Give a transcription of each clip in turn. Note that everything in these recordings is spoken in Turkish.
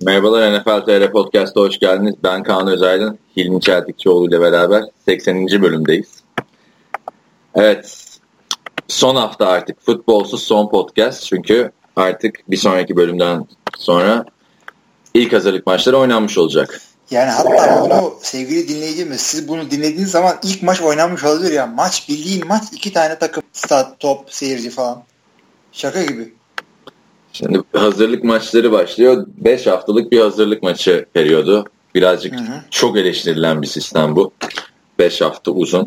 Merhabalar, NFL TR Podcast'a hoş geldiniz. Ben Kaan Özaydın, Hilmi Çeltikçioğlu ile beraber 80. bölümdeyiz. Evet, son hafta artık futbolsuz son podcast. Çünkü artık bir sonraki bölümden sonra ilk hazırlık maçları oynanmış olacak. Yani hatta bunu sevgili dinleyicimiz, siz bunu dinlediğiniz zaman ilk maç oynanmış olabilir ya. Maç, bildiğin maç, 2 tane takım, stat, top, seyirci falan. Şaka gibi. Şimdi hazırlık maçları başlıyor. 5 haftalık bir hazırlık maçı periyodu. Birazcık çok eleştirilen bir sistem bu. 5 hafta uzun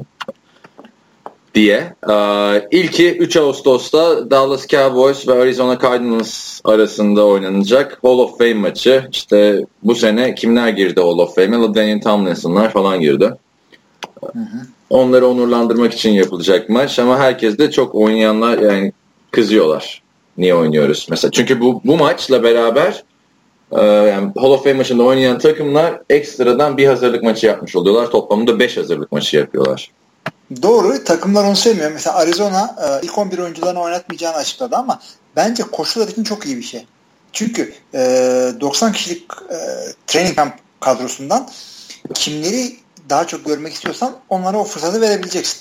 diye. İlki 3 Ağustos'ta Dallas Cowboys ve Arizona Cardinals arasında oynanacak Hall of Fame maçı. İşte bu sene kimler girdi Hall of Fame'e? LaDainian Tomlinson'lar falan girdi. Onları onurlandırmak için yapılacak maç ama herkes de çok oynayanlar yani kızıyorlar. Niye oynuyoruz mesela? Çünkü bu maçla beraber yani Hall of Fame maçında oynayan takımlar ekstradan bir hazırlık maçı yapmış oluyorlar. Toplamda 5 hazırlık maçı yapıyorlar. Doğru. Takımlar onu sevmiyor. Mesela Arizona ilk 11 oyuncularını oynatmayacağını açıkladı ama bence koşular için çok iyi bir şey. Çünkü 90 kişilik training camp kadrosundan kimleri daha çok görmek istiyorsan onlara o fırsatı verebileceksin.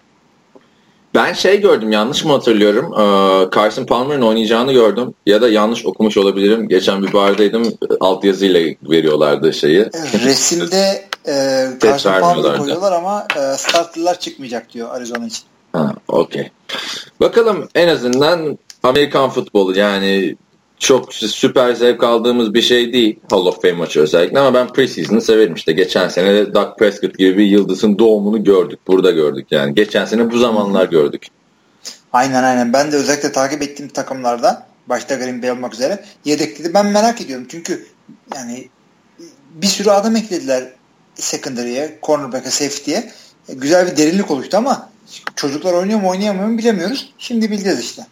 Ben gördüm, yanlış mı hatırlıyorum? Carson Palmer'ın oynayacağını gördüm. Ya da yanlış okumuş olabilirim. Geçen bir bardaydım. Altyazıyla veriyorlardı şeyi. Resimde Carson Palmer'ı koyuyorlar ama starterlar çıkmayacak diyor Arizona için. Okey. Bakalım, en azından Amerikan futbolu yani çok süper zevk aldığımız bir şey değil Hall of Fame maçı özellikle, ama ben preseason'ı severim işte. Geçen sene de Dak Prescott gibi bir yıldızın doğumunu gördük. Burada gördük yani. Geçen sene bu zamanlar gördük. Aynen. Ben de özellikle takip ettiğim takımlardan, başta Green Bay olmak üzere, yedekliydi. Ben merak ediyorum çünkü yani bir sürü adam eklediler secondary'e, cornerback'e, safety'ye. Güzel bir derinlik oluştu ama çocuklar oynuyor mu oynayamıyor mu bilemiyoruz. Şimdi bileceğiz işte.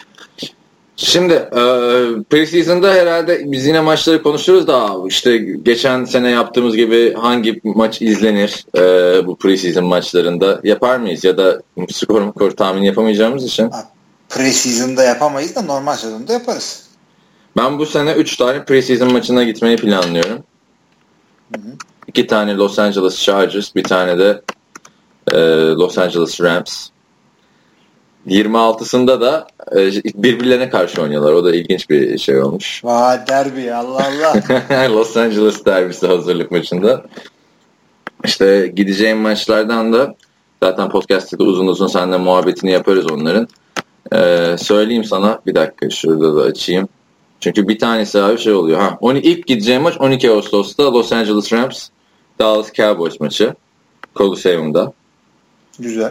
Şimdi preseason'da herhalde biz yine maçları konuşuruz da işte geçen sene yaptığımız gibi hangi maç izlenir bu preseason maçlarında yapar mıyız ya da skor tahmini yapamayacağımız için? Preseason'da yapamayız da normal sezonda yaparız. Ben bu sene 3 tane preseason maçına gitmeyi planlıyorum. 2 tane Los Angeles Chargers, bir tane de Los Angeles Rams. 26'sında da birbirlerine karşı oynuyorlar. O da ilginç bir şey olmuş. Vay, derbi, Allah Allah. Los Angeles derbisi hazırlık maçında. İşte gideceğim maçlardan da zaten podcast'ta uzun uzun seninle muhabbetini yaparız onların. Söyleyeyim sana, bir dakika şurada da açayım. Çünkü bir tanesi abi oluyor. İlk gideceğim maç 12 Ağustos'ta Los Angeles Rams Dallas Cowboys maçı. Coliseum'da. Güzel.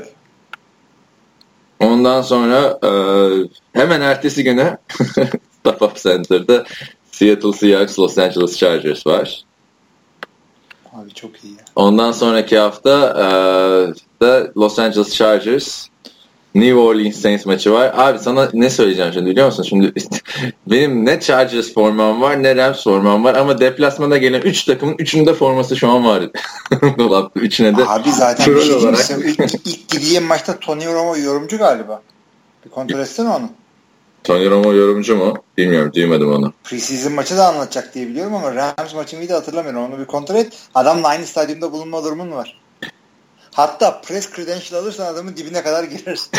Ondan sonra hemen ertesi güne StubHub Center'da Seattle Seahawks Los Angeles Chargers var. Abi çok iyi ya. Ondan sonraki hafta da Los Angeles Chargers New Orleans Saints maçı var. Abi sana ne söyleyeceğim şimdi biliyor musun? Şimdi benim ne Chargers formam var ne Rams formam var ama deplasmana gelen 3 takımın 3'ünde forması şu an var. Dolapta 3'üne de. Abi zaten bir şey ilk gideceğim maçta Tony Romo yorumcu galiba. Bir kontrol etsene onu. Tony Romo yorumcu mu? Bilmiyorum, duymadım onu. Preseason maçı da anlatacak diye biliyorum ama Rams maçını da hatırlamıyorum. Onu bir kontrol et. Adamla aynı stadyumda bulunma durumun var. Hatta press credential alırsan adamın dibine kadar girersin.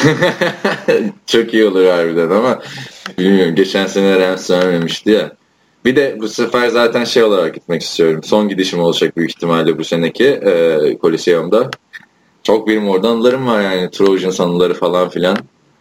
Çok iyi olur harbiden ama bilmiyorum. Geçen sene Rams vermemişti ya. Bir de bu sefer zaten olarak gitmek istiyorum. Son gidişim olacak büyük ihtimalle bu seneki Coliseum'da. Çok benim oradan anılarım var yani. Trojans anıları falan filan.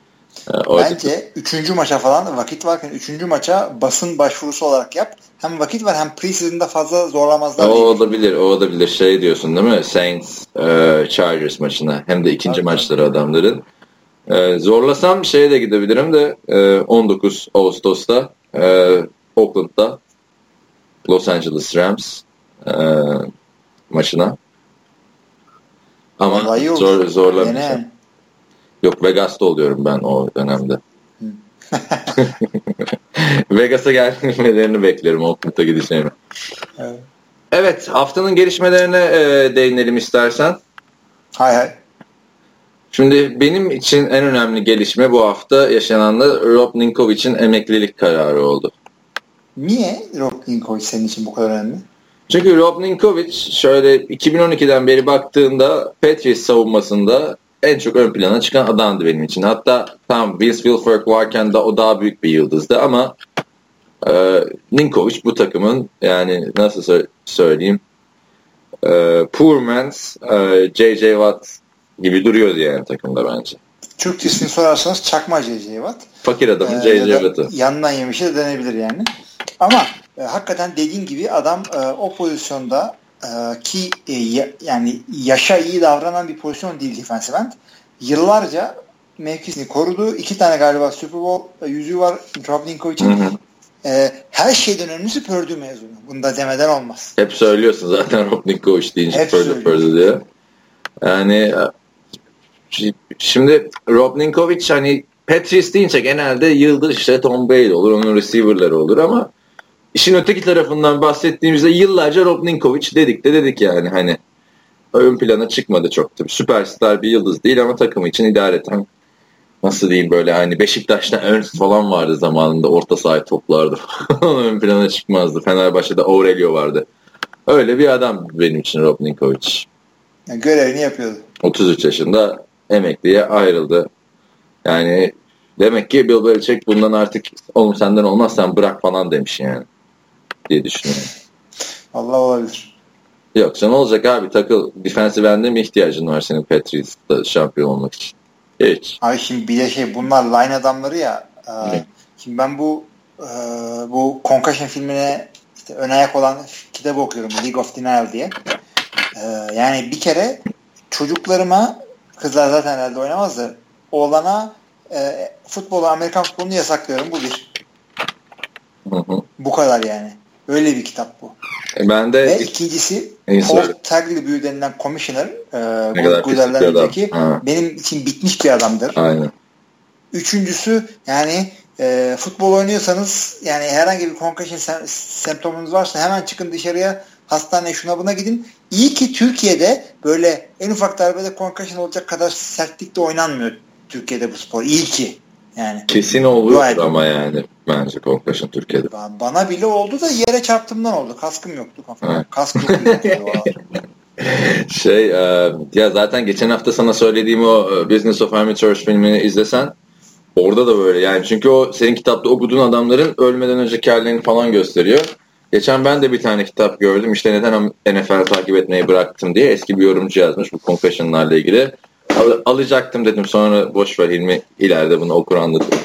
Bence 3. maça falan vakit varken 3. maça basın başvurusu olarak yap. Hem vakit var hem preseason'da fazla zorlamazlar. O olabilir. Diyorsun değil mi? Saints Chargers maçına. Hem de ikinci maçları adamların. Zorlasam de gidebilirim de 19 Ağustos'ta Oakland'da Los Angeles Rams maçına. Ama zorlamayacağım. Yok, Vegas'ta oluyorum ben o dönemde. Vegas'a gelmelerini beklerim Oakland'a gideceğimi. Evet, haftanın gelişmelerine değinelim istersen. Hay. Şimdi benim için en önemli gelişme bu hafta yaşananlar Rob Ninkovic'in emeklilik kararı oldu. Niye Rob Ninkovich senin için bu kadar önemli? Çünkü Rob Ninkovich şöyle 2012'den beri baktığında Patriots savunmasında en çok ön plana çıkan adamdı benim için. Hatta tam Vince Wilfork varken de o daha büyük bir yıldızdı ama Ninkovich bu takımın yani nasıl söyleyeyim poor man's J.J. Watt gibi duruyordu yani takımda bence. Türkçesini sorarsanız çakma J.J. Watt. Fakir adamın J.J. Watt'ı. Yandan yemişe de denebilir yani. Ama hakikaten dediğin gibi adam o pozisyonda ki yani yaşa iyi davranan bir pozisyon değil defensive end. Yıllarca mevkisini korudu. 2 tane galiba Super Bowl yüzüğü var Rob Ninkovich'in. Her şeyden önemlisi Purdue mezunu. Bunu da demeden olmaz. Hep söylüyorsun zaten Rob Ninkovich deyince Purdue diye. Yani şimdi Rob Ninkovich hani Patriots deyince genelde yıldız işte Tom Brady olur, onun receiver'ları olur ama işin öteki tarafından bahsettiğimizde yıllarca Rob Ninkovich dedik yani hani ön plana çıkmadı çok tabii. Süperstar bir yıldız değil ama takımı için idareten nasıl diyeyim böyle hani Beşiktaş'ta Ernst falan vardı zamanında orta sahayı toplardı. Ön plana çıkmazdı. Fenerbahçe'de Aurelio vardı. Öyle bir adam benim için Rob Ninkovich. Yani görevini yapıyordu. 33 yaşında emekliye ayrıldı. Yani demek ki Bill Belichick bundan artık oğlum senden olmaz sen bırak falan demiş yani diye düşünüyorum. Allah olabilir. Yoksa ne olacak abi takıl defensive end'e mi ihtiyacın var senin Patriots'ta şampiyon olmak için? Hiç. Abi şimdi bir de bunlar line adamları ya. Şimdi ben bu Concussion filmine işte ön ayak olan kitabı okuyorum League of Denial diye. Yani bir kere çocuklarıma kızlar zaten herhalde oynamaz da oğlana futbolu Amerikan futbolunu yasaklıyorum. Bu bir. Hı. Bu kadar yani. Öyle bir kitap bu. Ben de ve ikincisi Paul Tagliabue denilen commissioner Goodell'den önceki benim için bitmiş bir adamdır. Aynen. Üçüncüsü yani futbol oynuyorsanız yani herhangi bir concussion semptomunuz varsa hemen çıkın dışarıya hastaneye şuna buna gidin. İyi ki Türkiye'de böyle en ufak darbede concussion olacak kadar sertlikte oynanmıyor Türkiye'de bu spor. İyi ki. Yani. Kesin oluyor ama yani bence concussion Türkiye'de. Bana bile oldu da yere çarptığımdan oldu. Kaskım yoktu kafamda. Kask yoktu. Ya zaten geçen hafta sana söylediğim o Business of Amateurs filmini izlesen orada da böyle yani çünkü o senin kitapta okuduğun adamların ölmeden önceki hallerini falan gösteriyor. Geçen ben de bir tane kitap gördüm. İşte neden NFL takip etmeyi bıraktım diye eski bir yorumcu yazmış bu concussion'larla ilgili. Alacaktım dedim sonra boş ver Hilmi ileride bunu okur anlatırım.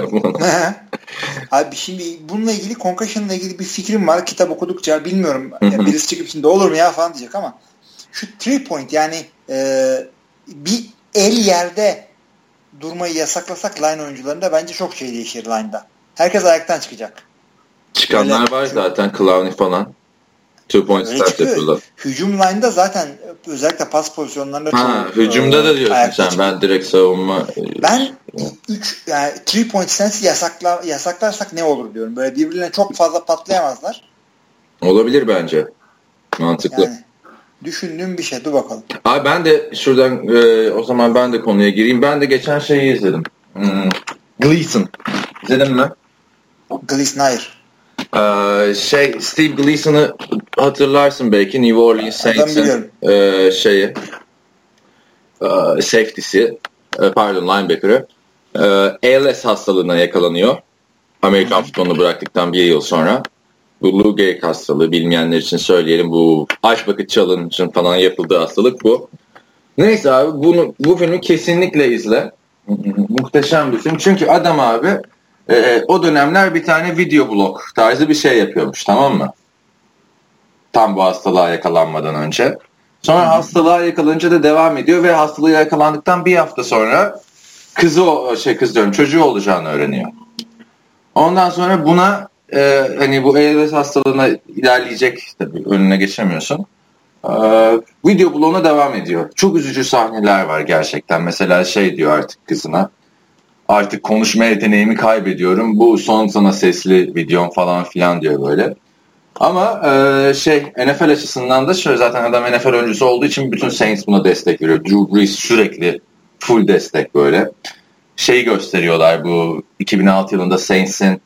Abi şimdi bununla ilgili concussion'la ilgili bir fikrim var. Kitap okudukça bilmiyorum birisi çıkıp şimdi olur mu ya falan diyecek ama şu 3 point yani bir el yerde durmayı yasaklasak line oyuncularında bence çok şey değişir line'da. Herkes ayaktan çıkacak. Çıkanlar öyle, var zaten Clowney falan. 2 point start yapıyorlar. Hücum line'da zaten özellikle pas pozisyonlarında çok hücumda da diyorsun sen. Çıkıyor. Ben direkt savunma. Ben 3 point stance'i yasaklarsak ne olur diyorum. Böyle birbirine çok fazla patlayamazlar. Olabilir bence. Mantıklı. Yani, düşündüğüm bir şey. Dur bakalım. Abi ben de şuradan o zaman ben de konuya gireyim. Ben de geçen şeyi izledim. Gleason. İzledin mi? Gleason hayır. Steve Gleason'ı hatırlarsın belki New Orleans Saints'in safety'si linebacker'ı ALS hastalığına yakalanıyor. Amerikan futbolunu bıraktıktan bir yıl sonra. Bu Lou Gehrig hastalığı bilmeyenler için söyleyelim. Bu Ice Bucket Challenge'ın falan yapıldığı hastalık bu. Neyse abi bu filmi kesinlikle izle. Muhteşem bir film. Çünkü adam abi o dönemler bir tane video blog tarzı bir şey yapıyormuş, tamam mı? Tam bu hastalığa yakalanmadan önce. Sonra hastalığa yakalanınca da devam ediyor ve hastalığa yakalandıktan bir hafta sonra çocuğu olacağını öğreniyor. Ondan sonra buna hani bu ALS hastalığına ilerleyecek tabii önüne geçemiyorsun. Video bloguna devam ediyor. Çok üzücü sahneler var gerçekten. Mesela diyor artık kızına. Artık konuşma yeteneğimi kaybediyorum. Bu son sana sesli videom falan filan diyor böyle. Ama NFL açısından da şöyle zaten adam NFL oyuncusu olduğu için bütün Saints buna destek veriyor. Drew Brees sürekli full destek böyle. Gösteriyorlar bu 2006 yılında Saints'in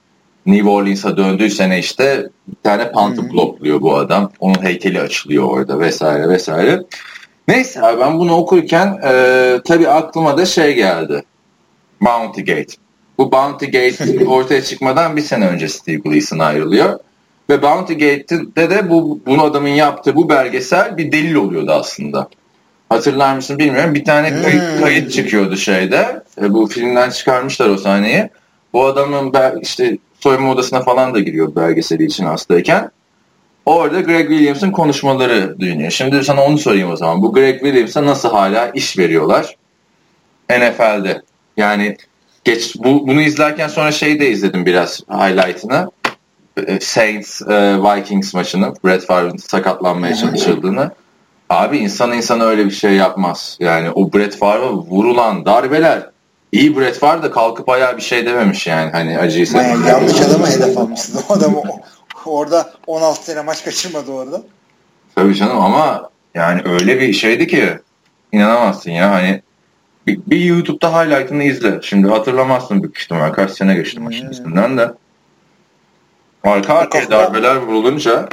New Orleans'a döndüğü sene işte bir tane punt'ı blokluyor bu adam. Onun heykeli açılıyor orada vesaire vesaire. Neyse abi ben bunu okurken tabii aklıma da şey geldi. Bounty Gate. Bu Bounty Gate ortaya çıkmadan bir sene önce Steve Gleason ayrılıyor. Ve Bounty Gate'de de bunu adamın yaptığı bu belgesel bir delil oluyordu aslında. Hatırlar mısın bilmiyorum. Bir tane kayıt çıkıyordu şeyde. Bu filmden çıkarmışlar o sahneyi. Bu adamın işte soyunma odasına falan da giriyor belgeseli için hastayken. Orada Greg Williams'ın konuşmaları duyuluyor. Şimdi sana onu sorayım o zaman. Bu Greg Williams'a nasıl hala iş veriyorlar NFL'de? Yani bunu izlerken sonra şeyi de izledim biraz highlight'ını. Saints Vikings maçını. Brett Favre'ın sakatlanmaya çalışıldığını. Abi insana öyle bir şey yapmaz. Yani o Brett Favre'a vurulan darbeler. İyi Brett Favre da kalkıp ayağa bir şey dememiş yani. Hani acıysa. Yani yanlış adama hedef almışsın. O adamı orada 16 sene maç kaçırmadı orada. Tabii canım ama yani öyle bir şeydi ki inanamazsın ya. Hani bir YouTube'da highlight'ını izle. Şimdi hatırlamazsın büyük ihtimal. Kaç sene geçti maçın üstünden de. Arka arkaya darbeler vurulunca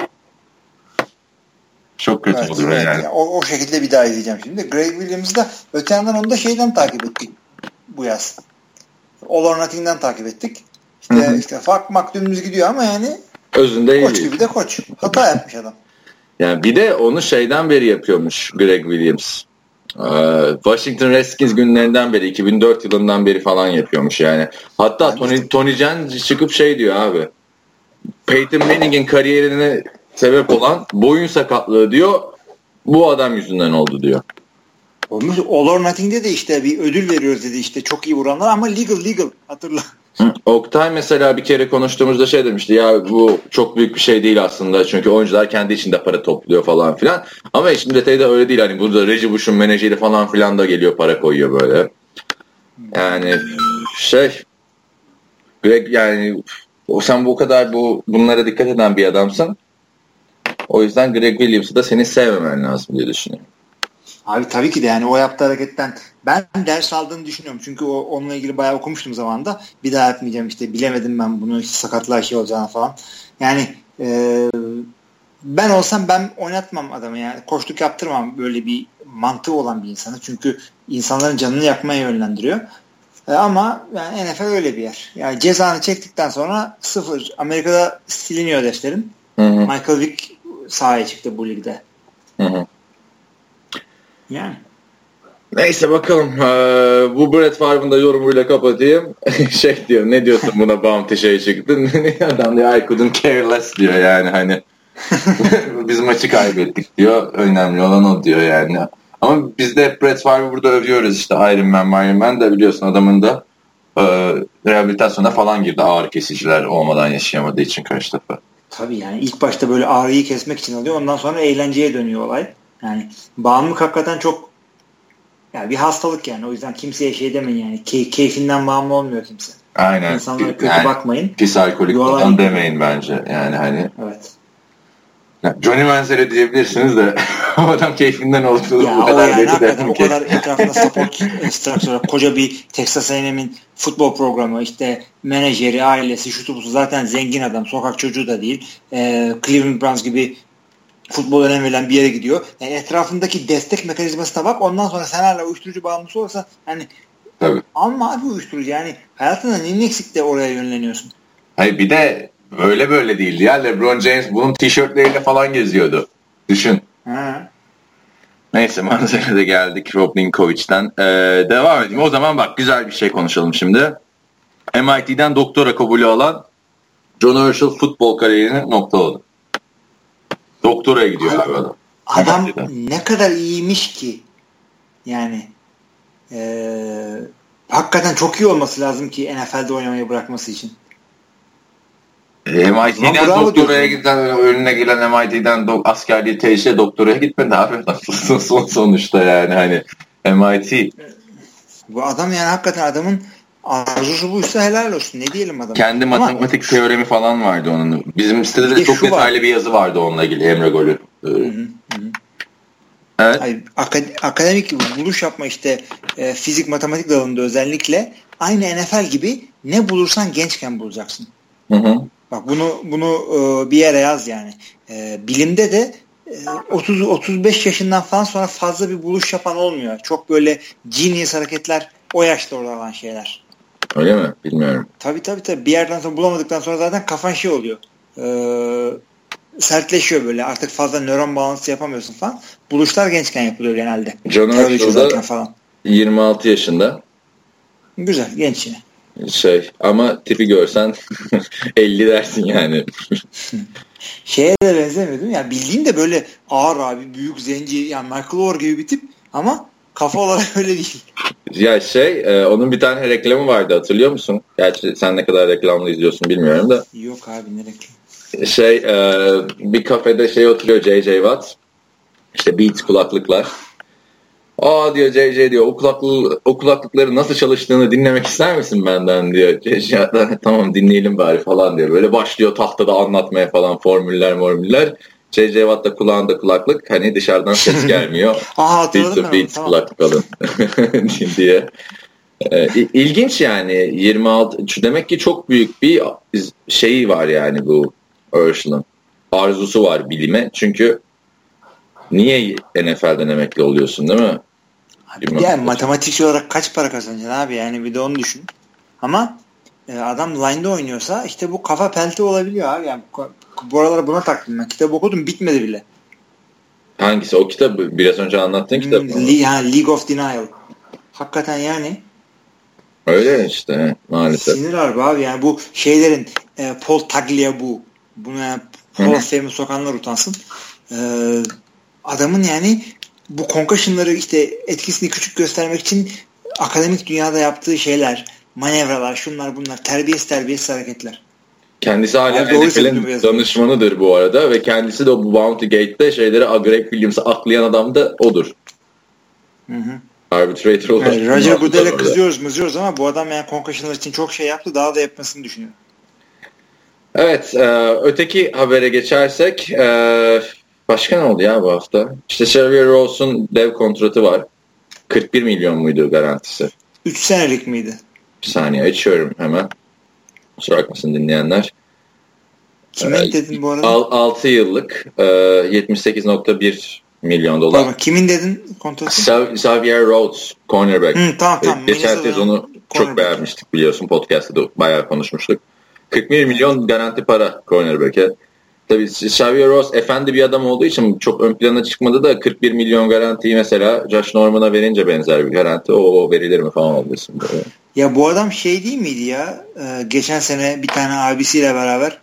çok kötü oluyor yani. O şekilde bir daha izleyeceğim şimdi. Greg Williams'ı da öte yandan onu da şeyden takip ettik bu yaz. All or Nothing'den takip ettik. İşte fark dümdüz gidiyor ama yani özünde iyi. Koç gibi de koç. Hata yapmış adam. Yani bir de onu şeyden beri yapıyormuş Greg Williams. Washington Redskins günlerinden beri 2004 yılından beri falan yapıyormuş yani. Hatta Tony Jen çıkıp şey diyor abi. Peyton Manning'in kariyerine sebep olan boyun sakatlığı diyor. Bu adam yüzünden oldu diyor. Olmuş. All or Nothing'de de işte bir ödül veriyoruz dedi işte çok iyi vuranlar ama legal hatırla. Oktay mesela bir kere konuştuğumuzda şey demişti ya bu çok büyük bir şey değil aslında çünkü oyuncular kendi içinde para topluyor falan filan ama işin detayı da öyle değil hani burada Reggie Bush'un menajeri falan filan da geliyor para koyuyor böyle yani Greg yani sen bu kadar bunlara dikkat eden bir adamsın o yüzden Greg Williams'ı da seni sevmemen lazım diye düşünüyorum. Abi tabii ki de yani o yaptığı hareketten ben ders aldığını düşünüyorum. Çünkü onunla ilgili bayağı okumuştum zamanında. Bir daha yapmayacağım işte bilemedim ben bunu sakatlığa şey olacağını falan. Yani ben olsam ben oynatmam adamı yani. Koçluk yaptırmam böyle bir mantığı olan bir insanı. Çünkü insanların canını yakmaya yönlendiriyor. Ama yani NFL öyle bir yer. Yani cezanı çektikten sonra sıfır. Amerika'da siliniyor defterin. Michael Vick sahaya çıktı bu ligde. Yani. Neyse bakalım. Bu Brett Favre'ın da yorumuyla kapatayım. Diyor ne diyorsun buna bounty çıktı. Adam diyor I couldn't care less diyor yani hani. Biz maçı kaybettik diyor. Önemli olan o diyor yani. Ama biz de Brett Favre'ı burada övüyoruz işte Iron Man de biliyorsun adamın da rehabilitasyona falan girdi ağrı kesiciler olmadan yaşayamadığı için kaç defa. Tabii yani ilk başta böyle ağrıyı kesmek için alıyor. Ondan sonra eğlenceye dönüyor olay. Yani bağımlılık hakikaten çok yani bir hastalık yani. O yüzden kimseye şey demeyin yani. Keyfinden bağımlı olmuyor kimse. Aynen. İnsanlara kötü bakmayın. Pis alkolik falan demeyin bence. Yani hani. Evet. Johnny Manziel'e diyebilirsiniz de o adam keyfinden olduğu bu kadar yani o kadar etrafında support structure koca bir Texas A&M'in futbol programı işte menajeri, ailesi, şutu busu zaten zengin adam. Sokak çocuğu da değil. Cleveland Browns gibi futbol önem verilen bir yere gidiyor. Yani etrafındaki destek mekanizmasına bak. Ondan sonra sen hala uyuşturucu bağımlısı olursa hani tabii. Alma abi uyuşturucu yani hayatında neyin eksik de oraya yönleniyorsun. Hayır bir de böyle değildi ya. LeBron James bunun tişörtleriyle falan geziyordu. Düşün. Neyse manzara da geldik Rob Ninkovic'den. Devam edeyim. O zaman bak güzel bir şey konuşalım şimdi. MIT'den doktora kabulü alan John Herschel futbol kariyerine noktaladı. Doktoraya gidiyor abi adam. Adam ne kadar iyiymiş ki yani hakikaten çok iyi olması lazım ki NFL'de oynamayı bırakması için. MIT'den doktoraya giden önüne gelen MIT'den askerliği tecrübe doktoraya gitmedi abi. Sonuçta yani hani MIT. Bu adam yani hakikaten adamın arzusu buysa helal olsun. Ne diyelim adam. Kendi matematik teoremi falan vardı onun. Bizim sitede de çok detaylı bir yazı vardı onunla ilgili Emre Golü. Evet. Hayır, akademik buluş yapma işte fizik matematik dalında özellikle aynı NFL gibi ne bulursan gençken bulacaksın. Hı. Bak bunu bir yere yaz yani. Bilimde de 30-35 yaşından falan sonra fazla bir buluş yapan olmuyor. Çok böyle genius hareketler o yaşta orada olan şeyler. Öyle mi? Bilmiyorum. Tabii. Bir yerden sonra bulamadıktan sonra zaten kafan şey oluyor. Sertleşiyor böyle. Artık fazla nöron bağlantısı yapamıyorsun falan. Buluşlar gençken yapılıyor genelde. John Herschel'da 26 yaşında. Güzel. Genç yine. Ama tipi görsen 50 dersin yani. Şeye de benzemiyor değil mi? Yani bildiğin de böyle ağır abi, büyük, zenci, yani Michael Oher gibi bir tip ama kafa olarak öyle değil. Ya onun bir tane reklamı vardı, hatırlıyor musun? Gerçi sen ne kadar reklamlı izliyorsun bilmiyorum da. Yok abi, ne reklamı? Bir kafede oturuyor J.J. Watt. İşte Beats kulaklıklar. Aa diyor J.J. diyor, o kulaklıkları nasıl çalıştığını dinlemek ister misin benden diyor. J.J. tamam dinleyelim bari falan diyor. Böyle başlıyor tahtada anlatmaya falan, formüller. J.J. Watt da kulağında kulaklık, hani dışarıdan ses gelmiyor. Beats tamam. Kulaklık alın diye. İlginç yani, 26 demek ki çok büyük bir şeyi var yani bu Herschel'ın. Arzusu var bilime. Çünkü niye NFL'den emekli oluyorsun değil mi? Yani matematikçi olarak kaç para kazanacaksın abi, yani bir de onu düşün. Ama adam line'da oynuyorsa işte bu kafa pelti olabiliyor abi. Yani bu aralar buna taktım ben. Kitap okudum, bitmedi bile. Hangisi? O kitabı? Biraz önce anlattığın kitap mı? League of Denial. Hakikaten yani. Öyle işte maalesef. Sinir harbi abi yani, bu şeylerin Paul Tagliabue, buna yani Hall of Fame'e sokanlar utansın. Adamın yani bu concussion'ları işte etkisini küçük göstermek için akademik dünyada yaptığı şeyler, manevralar, şunlar bunlar, terbiyesiz hareketler. Kendisi hala NFL'in danışmanıdır bu arada ve kendisi de bu Bounty Gate'de Greg Williams'ı aklayan adam da odur. Hı. Arbitrator olarak. Yani Roger Goodell'e kızıyoruz ama bu adam yani concussion'lar için çok şey yaptı, daha da yapmasını düşünüyor. Evet, öteki habere geçersek başka ne oldu ya bu hafta? İşte Xavier Rhodes''un dev kontratı var. 41 milyon muydu garantisi? 3 senelik miydi? Bir saniye açıyorum hemen. Kusura bakmasın dinleyenler. Kimin dedin bu arada? 6 yıllık 78.1 milyon dolar. Pardon, kimin dedin kontratı? Xavier Rhodes, cornerback. Tamam. Geçen sezonu çok beğenmiştik biliyorsun. Podcast'ta da bayağı konuşmuştuk. 41 milyon garanti para cornerback'e. Tabii Xavier Rhodes efendi bir adam olduğu için çok ön plana çıkmadı da 41 milyon garantiyi mesela Josh Norman'a verince benzer bir garanti. O verilir mi falan oluyorsun böyle. Ya bu adam şey değil miydi ya? Geçen sene bir tane abisiyle beraber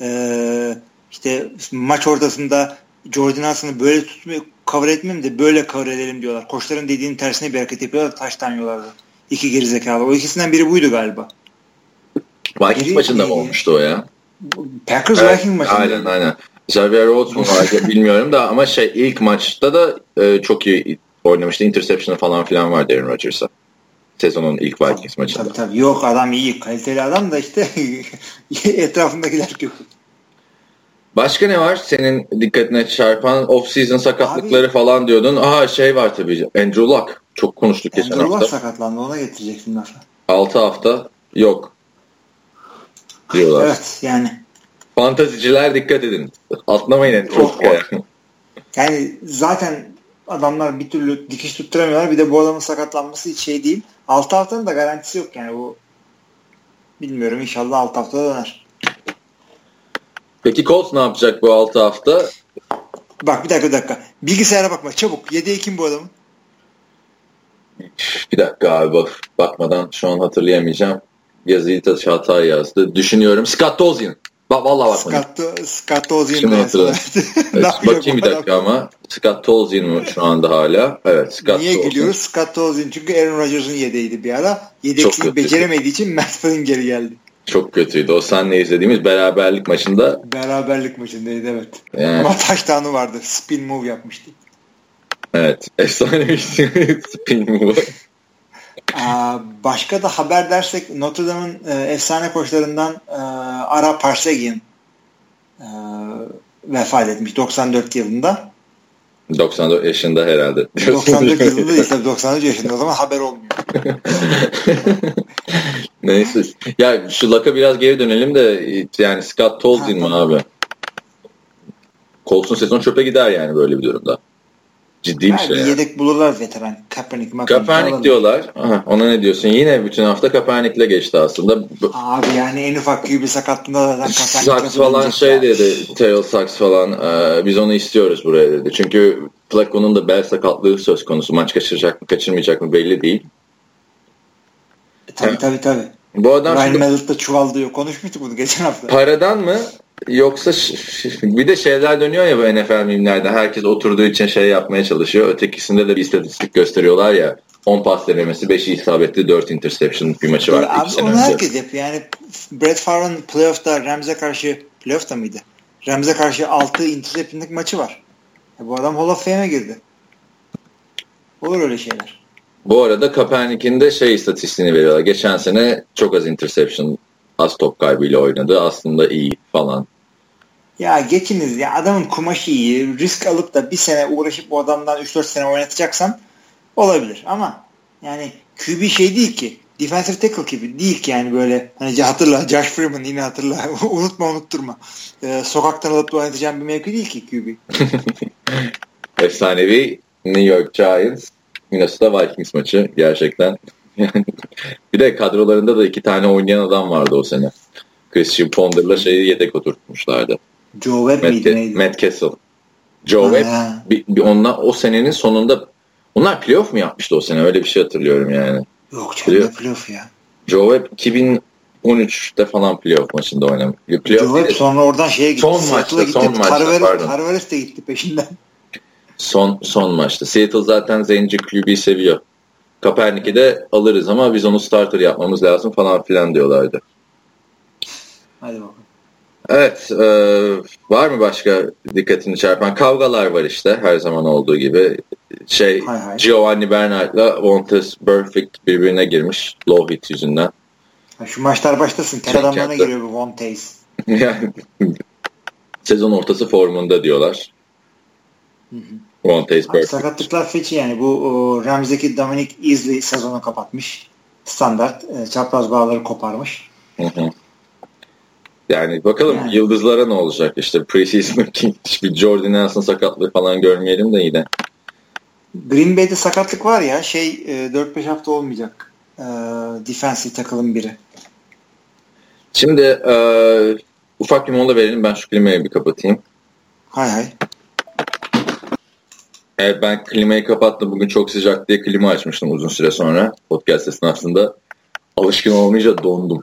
işte maç ortasında Jordan Hudson'ı böyle tutmuyor, cover etmeyeyim de böyle cover edelim diyorlar. Koçların dediğinin tersine bir hareket yapıyorlar, taştan yiyorlardı. İki gerizekalı. O ikisinden biri buydu galiba. Vikings maçında mı olmuştu o ya? Packers Vikings maçında. Aynen. Xavier Rhodes mu vardı bilmiyorum da ama ilk maçta da çok iyi oynamıştı. Interception falan filan vardı Aaron Rodgers'a. Sezonun ilk Vikings maçında. Tabii. Yok, adam iyi. Kaliteli adam da işte etrafındakiler kötü. Başka ne var senin dikkatine çarpan? Off-season sakatlıkları falan diyordun. Var tabii. Andrew Luck. Çok konuştuk geçen hafta. Andrew Luck sakatlandı. Ona getireceksin lafı. 6 hafta yok diyorlar. Evet yani. Fantaziciler dikkat edin. Atlamayın Andrew Luck'a. Yani zaten adamlar bir türlü dikiş tutturamıyorlar. Bir de bu adamın sakatlanması hiç şey değil. 6 haftanın da garantisi yok yani bu. Bilmiyorum, inşallah 6 haftada döner. Peki Colts ne yapacak bu 6 hafta? Bak bir dakika. Bilgisayara bakma çabuk. Yedeği kim bu adamın? Bir dakika abi bakmadan şu an hatırlayamayacağım. Yazıyı da hata yazdı. Düşünüyorum. Scott Tolzien. Vallahi bakmadım. Scott Tolzien. Şimdi hatırladım. Bakayım bir dakika ama. Scott Tolzien mi şu anda hala? Evet. Scott Niye Tolzien. gülüyoruz? Scott Tolzien çünkü Aaron Rodgers'ın yedeğiydi bir ara. Yedekliği beceremediği için Matt Flynn geri geldi. Çok kötüydü. O seninle izlediğimiz beraberlik maçında. Beraberlik maçındaydı evet. Yani. Ama touchdown'u vardı. Spin move yapmıştı. Evet. Efsane bir spin move. Başka da haber dersek Notre Dame'ın efsane koçlarından Ara Parseghian vefat etmiş 94 yılında. 94 yaşında herhalde. 94 yılında değil tabii, 93 yaşında, o zaman haber olmuyor. Neyse. Ya şu Luck'a biraz geri dönelim de yani Scott Tolzien mi abi? Colts'un sezon çöpe gider yani böyle bir durumda. Ciddi bir şey. Yedek bulurlar veteran. Kaepernick diyorlar. Aha, ona ne diyorsun? Yine bütün hafta Kaepernick'le geçti aslında. Abi yani en ufak QB sakatlığında da Saks falan dedi. Terrell Saks falan. Biz onu istiyoruz buraya dedi. Çünkü Flacco'nun da bel sakatlığı söz konusu. Maç kaçıracak mı kaçırmayacak mı belli değil. Tabii. Bu adam Ryan Mallett da çuvallıyor. Konuşmuştuk bunu geçen hafta. Paradan mı? Yoksa bir de şeyler dönüyor ya bu NFL mimlerde. Herkes oturduğu için şey yapmaya çalışıyor. Ötekisinde de bir istatistik gösteriyorlar ya. 10 pas denemesi, 5'i isabetli, 4 interception bir maçı var. Abi onu herkes yapıyor. Yani Brett Favre'ın playoff'ta Rams'e karşı playoff'ta mıydı? Rams'e karşı 6 interception'lık maçı var. Bu adam Hall of Fame'e girdi. Olur öyle şeyler. Bu arada Kaepernick'in de istatistiğini veriyorlar. Geçen sene çok az interception, az top kaybıyla oynadı. Aslında iyi falan. Ya geçiniz ya, adamın kumaşı iyi. Risk alıp da bir sene uğraşıp bu adamdan 3-4 sene oynatacaksan olabilir. Ama yani QB değil ki. Defensive tackle gibi değil ki yani böyle. Hani hatırla Josh Freeman, yine hatırla. unutturma. Sokaktan alıp da oynatacağım bir mevki değil ki QB. Efsanevi New York Giants Minnesota Vikings maçı gerçekten. Bir de kadrolarında da 2 tane oynayan adam vardı o sene. Christian Ponder'la yedek oturtmuşlardı. Joe Webb miydi? Matt Castle. Joe Webb onlar o senenin sonunda onlar playoff mu yapmıştı o sene? Öyle bir şey hatırlıyorum yani. Yok canım, playoff ya. Joe Webb 2013'te falan playoff maçında oynamış. Joe Webb sonra oradan gitti. Son maçta. Carveris de gitti peşinden. Son maçta. Seattle zaten zenci QB seviyor. Kaepernick'i de alırız ama biz onu starter yapmamız lazım falan filan diyorlardı. Hadi bakalım. Evet. Var mı başka dikkatini çarpan? Kavgalar var işte her zaman olduğu gibi. Giovanni Bernard'la Vontaze Burfict birbirine girmiş. Low hit yüzünden. Şu maçlar başlasın. Kendi adamlarına giriyor bu Vontaze. Yani sezon ortası formunda diyorlar. Vontaze Burfict. Sakatlıklar feci yani. Bu Rams'deki Dominic Easley sezonu kapatmış. Standart. Çapraz bağları koparmış. Yani bakalım yıldızlara ne olacak işte preseason'daki hiçbir Jordan Nelson sakatlığı falan görmeyelim de yine. Green Bay'de sakatlık var ya 4-5 hafta olmayacak. Defensive tackle'ın biri. Şimdi ufak bir mola verelim, ben şu klimayı bir kapatayım. Hay. Evet, ben klimayı kapattım. Bugün çok sıcak diye klima açmıştım uzun süre sonra. Podcast esnasında alışkın olmayınca dondum.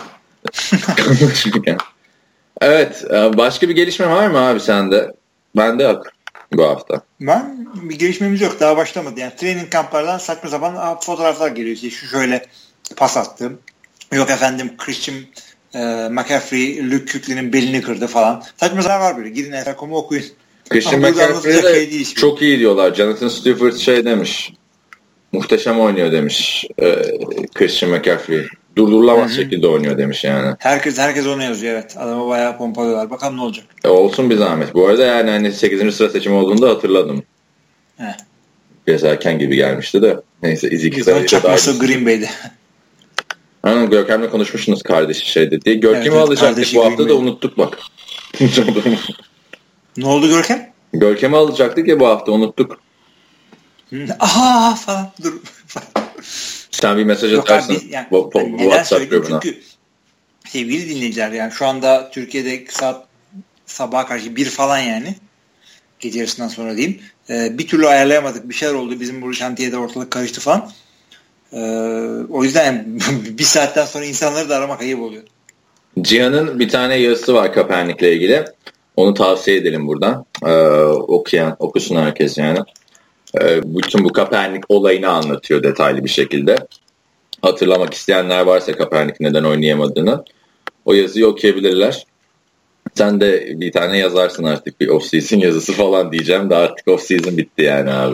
Evet. Başka bir gelişme var mı abi sende? Bende yok bu hafta. Bir gelişmemiz yok. Daha başlamadı. Yani training kamplardan saçma sapan fotoğraflar geliyor. İşte şu şöyle pas attım. Yok efendim Christian McCaffrey Luke Kuechly'nin belini kırdı falan. Saçma sapan var böyle. Gidin NFL.com'u okuyun. Christian McCaffrey de çok iyi diyorlar. Jonathan Stewart demiş. Muhteşem oynuyor demiş. Christian McCaffrey. Durdurulamaz şekilde oynuyor demiş yani. Herkes onu yazıyor, evet. Adamı bayağı pompalıyorlar. Bakalım ne olacak. Olsun bir zahmet. Bu arada yani hani 8. sıra seçimi olduğunda hatırladım. Biraz erken gibi gelmişti de. Neyse İzik'i de çakması Green Bay'de. Hanım Görkem'le konuşmuşsunuz kardeşi diye. Görkem'i alacaktık bu hafta da unuttuk bak. Ne oldu Görkem? Görkem'i alacaktık ya bu hafta unuttuk. Aha falan dur. Sen bir mesaj atarsın bu WhatsApp grubuna. Çünkü sevgili dinleyiciler yani şu anda Türkiye'de saat sabaha karşı 1 falan yani. Gece yarısından sonra diyeyim. Bir türlü ayarlayamadık. Bir şeyler oldu. Bizim bu şantiyede ortalık karıştı falan. O yüzden bir saatten sonra insanları da aramak ayıp oluyor. Cihan'ın bir tane yazısı var Kaepernick'le ilgili. Onu tavsiye edelim buradan. Okusun herkes yani. Bütün bu Kaepernick olayını anlatıyor detaylı bir şekilde. Hatırlamak isteyenler varsa Kaepernick neden oynayamadığını o yazıyı okuyabilirler. Sen de bir tane yazarsın artık, bir off-season yazısı falan diyeceğim de artık off-season bitti yani abi.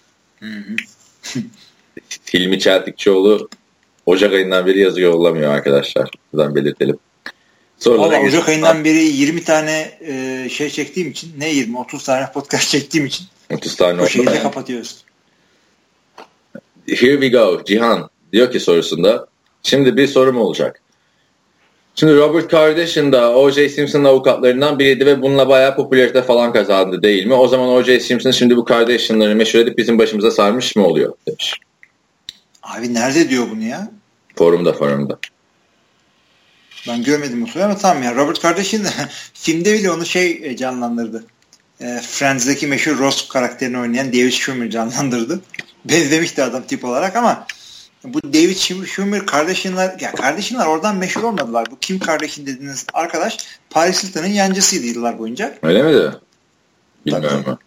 Hilmi Çeltikçioğlu Ocak ayından beri yazı yollamıyor arkadaşlar. Buradan belirtelim. Valla Ocak ayından beri 20 tane çektiğim için, ne 20 30 tane podcast çektiğim için 30 tane bu şekilde kapatıyoruz. Here we go. Cihan diyor ki sorusunda Şimdi bir sorum olacak. Şimdi Robert Kardashian da O.J. Simpson'ın avukatlarından biriydi ve bununla bayağı popülarite falan kazandı değil mi? O zaman O.J. Simpson şimdi bu Kardashian'ları meşhur edip bizim başımıza sarmış mı oluyor demiş. Abi nerede diyor bunu ya? Forumda. Ben görmedim o soruyu ama tamam ya. Robert Kardashian filmde bile onu canlandırdı. Friends'deki meşhur Ross karakterini oynayan David Schwimmer canlandırdı. Benzemişti adam tip olarak ama bu David Schwimmer Kardashian'lar oradan meşhur olmadılar. Bu Kim Kardashian dediğiniz arkadaş Paris Hilton'ın yancısıydı yıllar boyunca. Öyle miydi? Bilmiyorum.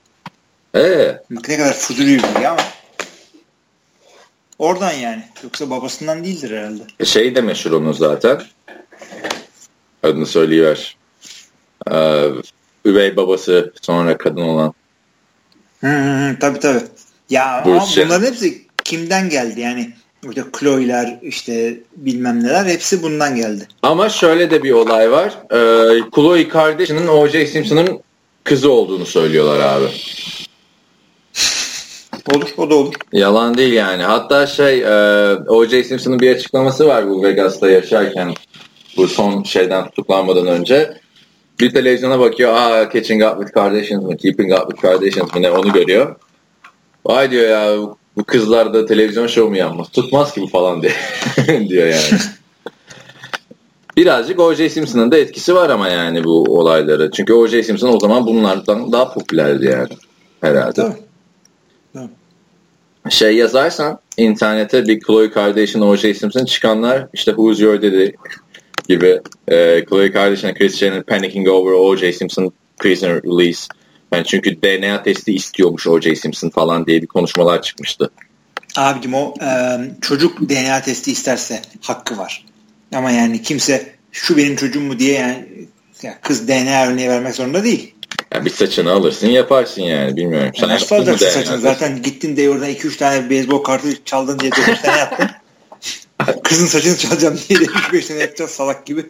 Ne kadar fuzuli bir bilgi ama oradan yani. Yoksa babasından değildir herhalde. Şey de meşhur onun zaten. Adını söyleyiver. Üvey babası sonra kadın olan. Tabii. Ya ama bunların hepsi kimden geldi? Yani işte Chloe'ler işte bilmem neler hepsi bundan geldi. Ama şöyle de bir olay var. Chloe Kardashian'ın O.J. Simpson'ın kızı olduğunu söylüyorlar abi. Olur, o da olur. Yalan değil yani. Hatta O.J. Simpson'ın bir açıklaması var bu Vegas'ta yaşarken. Bu son şeyden tutuklanmadan önce. Bir televizyona bakıyor. Catching Up with Kardashians mı? Keeping Up with Kardashians mı? Ne onu görüyor. Vay diyor ya bu kızlar da televizyon şovu mu yapmaz? Tutmaz ki bu falan diye. diyor yani. Birazcık O.J. Simpson'ın da etkisi var ama yani bu olayları. Çünkü O.J. Simpson o zaman bunlardan daha popülerdi yani. Herhalde. Tamam. Yazarsan internete bir Khloe Kardashian, O.J. Simpson çıkanlar işte Who's Your Daddy gibi Khloe Kardashian, Kris Jenner panicking over O.J. Simpson prisoner release. Yani çünkü DNA testi istiyormuş O.J. Simpson falan diye bir konuşmalar çıkmıştı. Abicim o çocuk DNA testi isterse hakkı var. Ama yani kimse şu benim çocuğum mu diye yani kız DNA örneği vermek zorunda değil. Ya bir saçını alırsın yaparsın yani bilmiyorum. Sen nasıl alacaksın saçını? Zaten gittin de oradan 2-3 tane beyzbol kartı çaldın diye 9 tane yaptın. Kızın saçını çalacağım diye de 3-5 tane yapacağız salak gibi.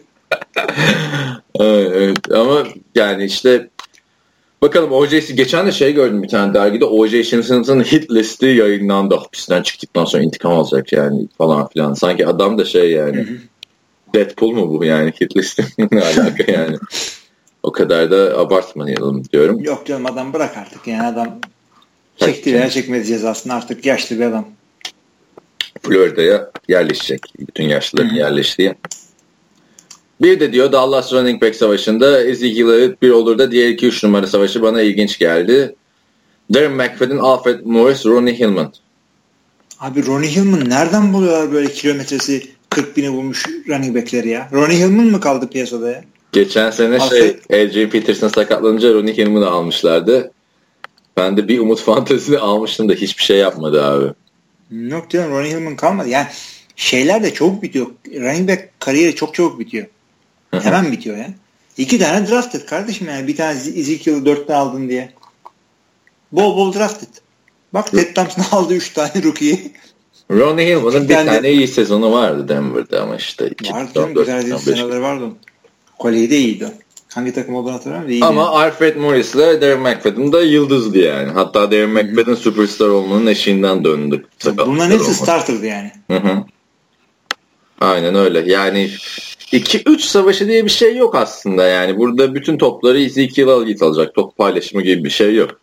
Evet ama yani işte bakalım O.J.'si geçen de gördüm bir tane dergide O.J. Simpson'ın hit listi yayınlandı. Hapisten çıktıktan sonra intikam alacak yani falan filan. Sanki adam da yani Deadpool mu bu yani hit listi ne alaka yani. O kadar da abartmayalım diyorum. Yok canım adam bırak artık yani adam çekti veya çekmedi cezasını artık yaşlı bir adam. Florida'ya yerleşecek. Bütün yaşlıların yerleştiği. Bir de diyor Dallas running back savaşında Ezekiel bir olur da diğer 2-3 numara savaşı bana ilginç geldi. Darren McFadden, Alfred Morris, Ronnie Hillman. Abi Ronnie Hillman nereden buluyorlar böyle kilometresi 40.000'i bulmuş running backleri ya? Ronnie Hillman mı kaldı piyasada ya? Geçen sene Adrian Peterson sakatlanınca Ronnie Hillman'ı almışlardı. Ben de bir umut fantezini almıştım da hiçbir şey yapmadı abi. Yok canım Ronnie Hillman kalmadı. Yani şeyler de çabuk bitiyor. Running back kariyeri çok çabuk bitiyor. Hemen bitiyor ya. 2 tane draft et kardeşim yani. Bir tane Ezekiel'ı 4'ten aldın diye. Bol draft et. Bak Ted Thompson aldı 3 tane rookie'yi. Ronnie Hillman'ın bir tane iyi sezonu vardı Denver'da ama işte. Vardı canım. Güzel seneleri vardı onun. Kolyeyi de iyiydi. Hangi takım olduğunu hatırlamıyorum. Ama Alfred Morris'le Darren McFadden da yıldızdı yani. Hatta Darren McFadden süperstar olmanın eşiğinden döndü. Bunların hepsi starter'dı yani. Hı. Aynen öyle. Yani 2-3 savaşı diye bir şey yok aslında yani. Burada bütün topları Ezekiel alacak. Top paylaşımı gibi bir şey yok.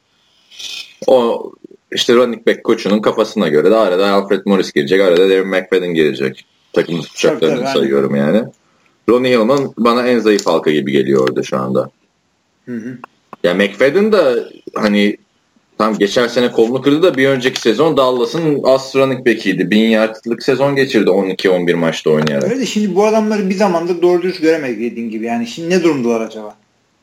O işte running back koçunun kafasına göre de arada Alfred Morris girecek. Arada Darren McFadden girecek. Takımın tutacaklarını sayıyorum yani. Ronnie Hillman bana en zayıf halka gibi geliyor orada şu anda. Ya McFadden da hani tam geçen sene kolunu kırdı da bir önceki sezon Dallas'ın as running back'iydi. 1000 yardlık sezon geçirdi 12-11 maçta oynayarak. Öyle de şimdi bu adamları bir zamandır doğru dürüst göremedik dediğin gibi. Yani şimdi ne durumdalar acaba?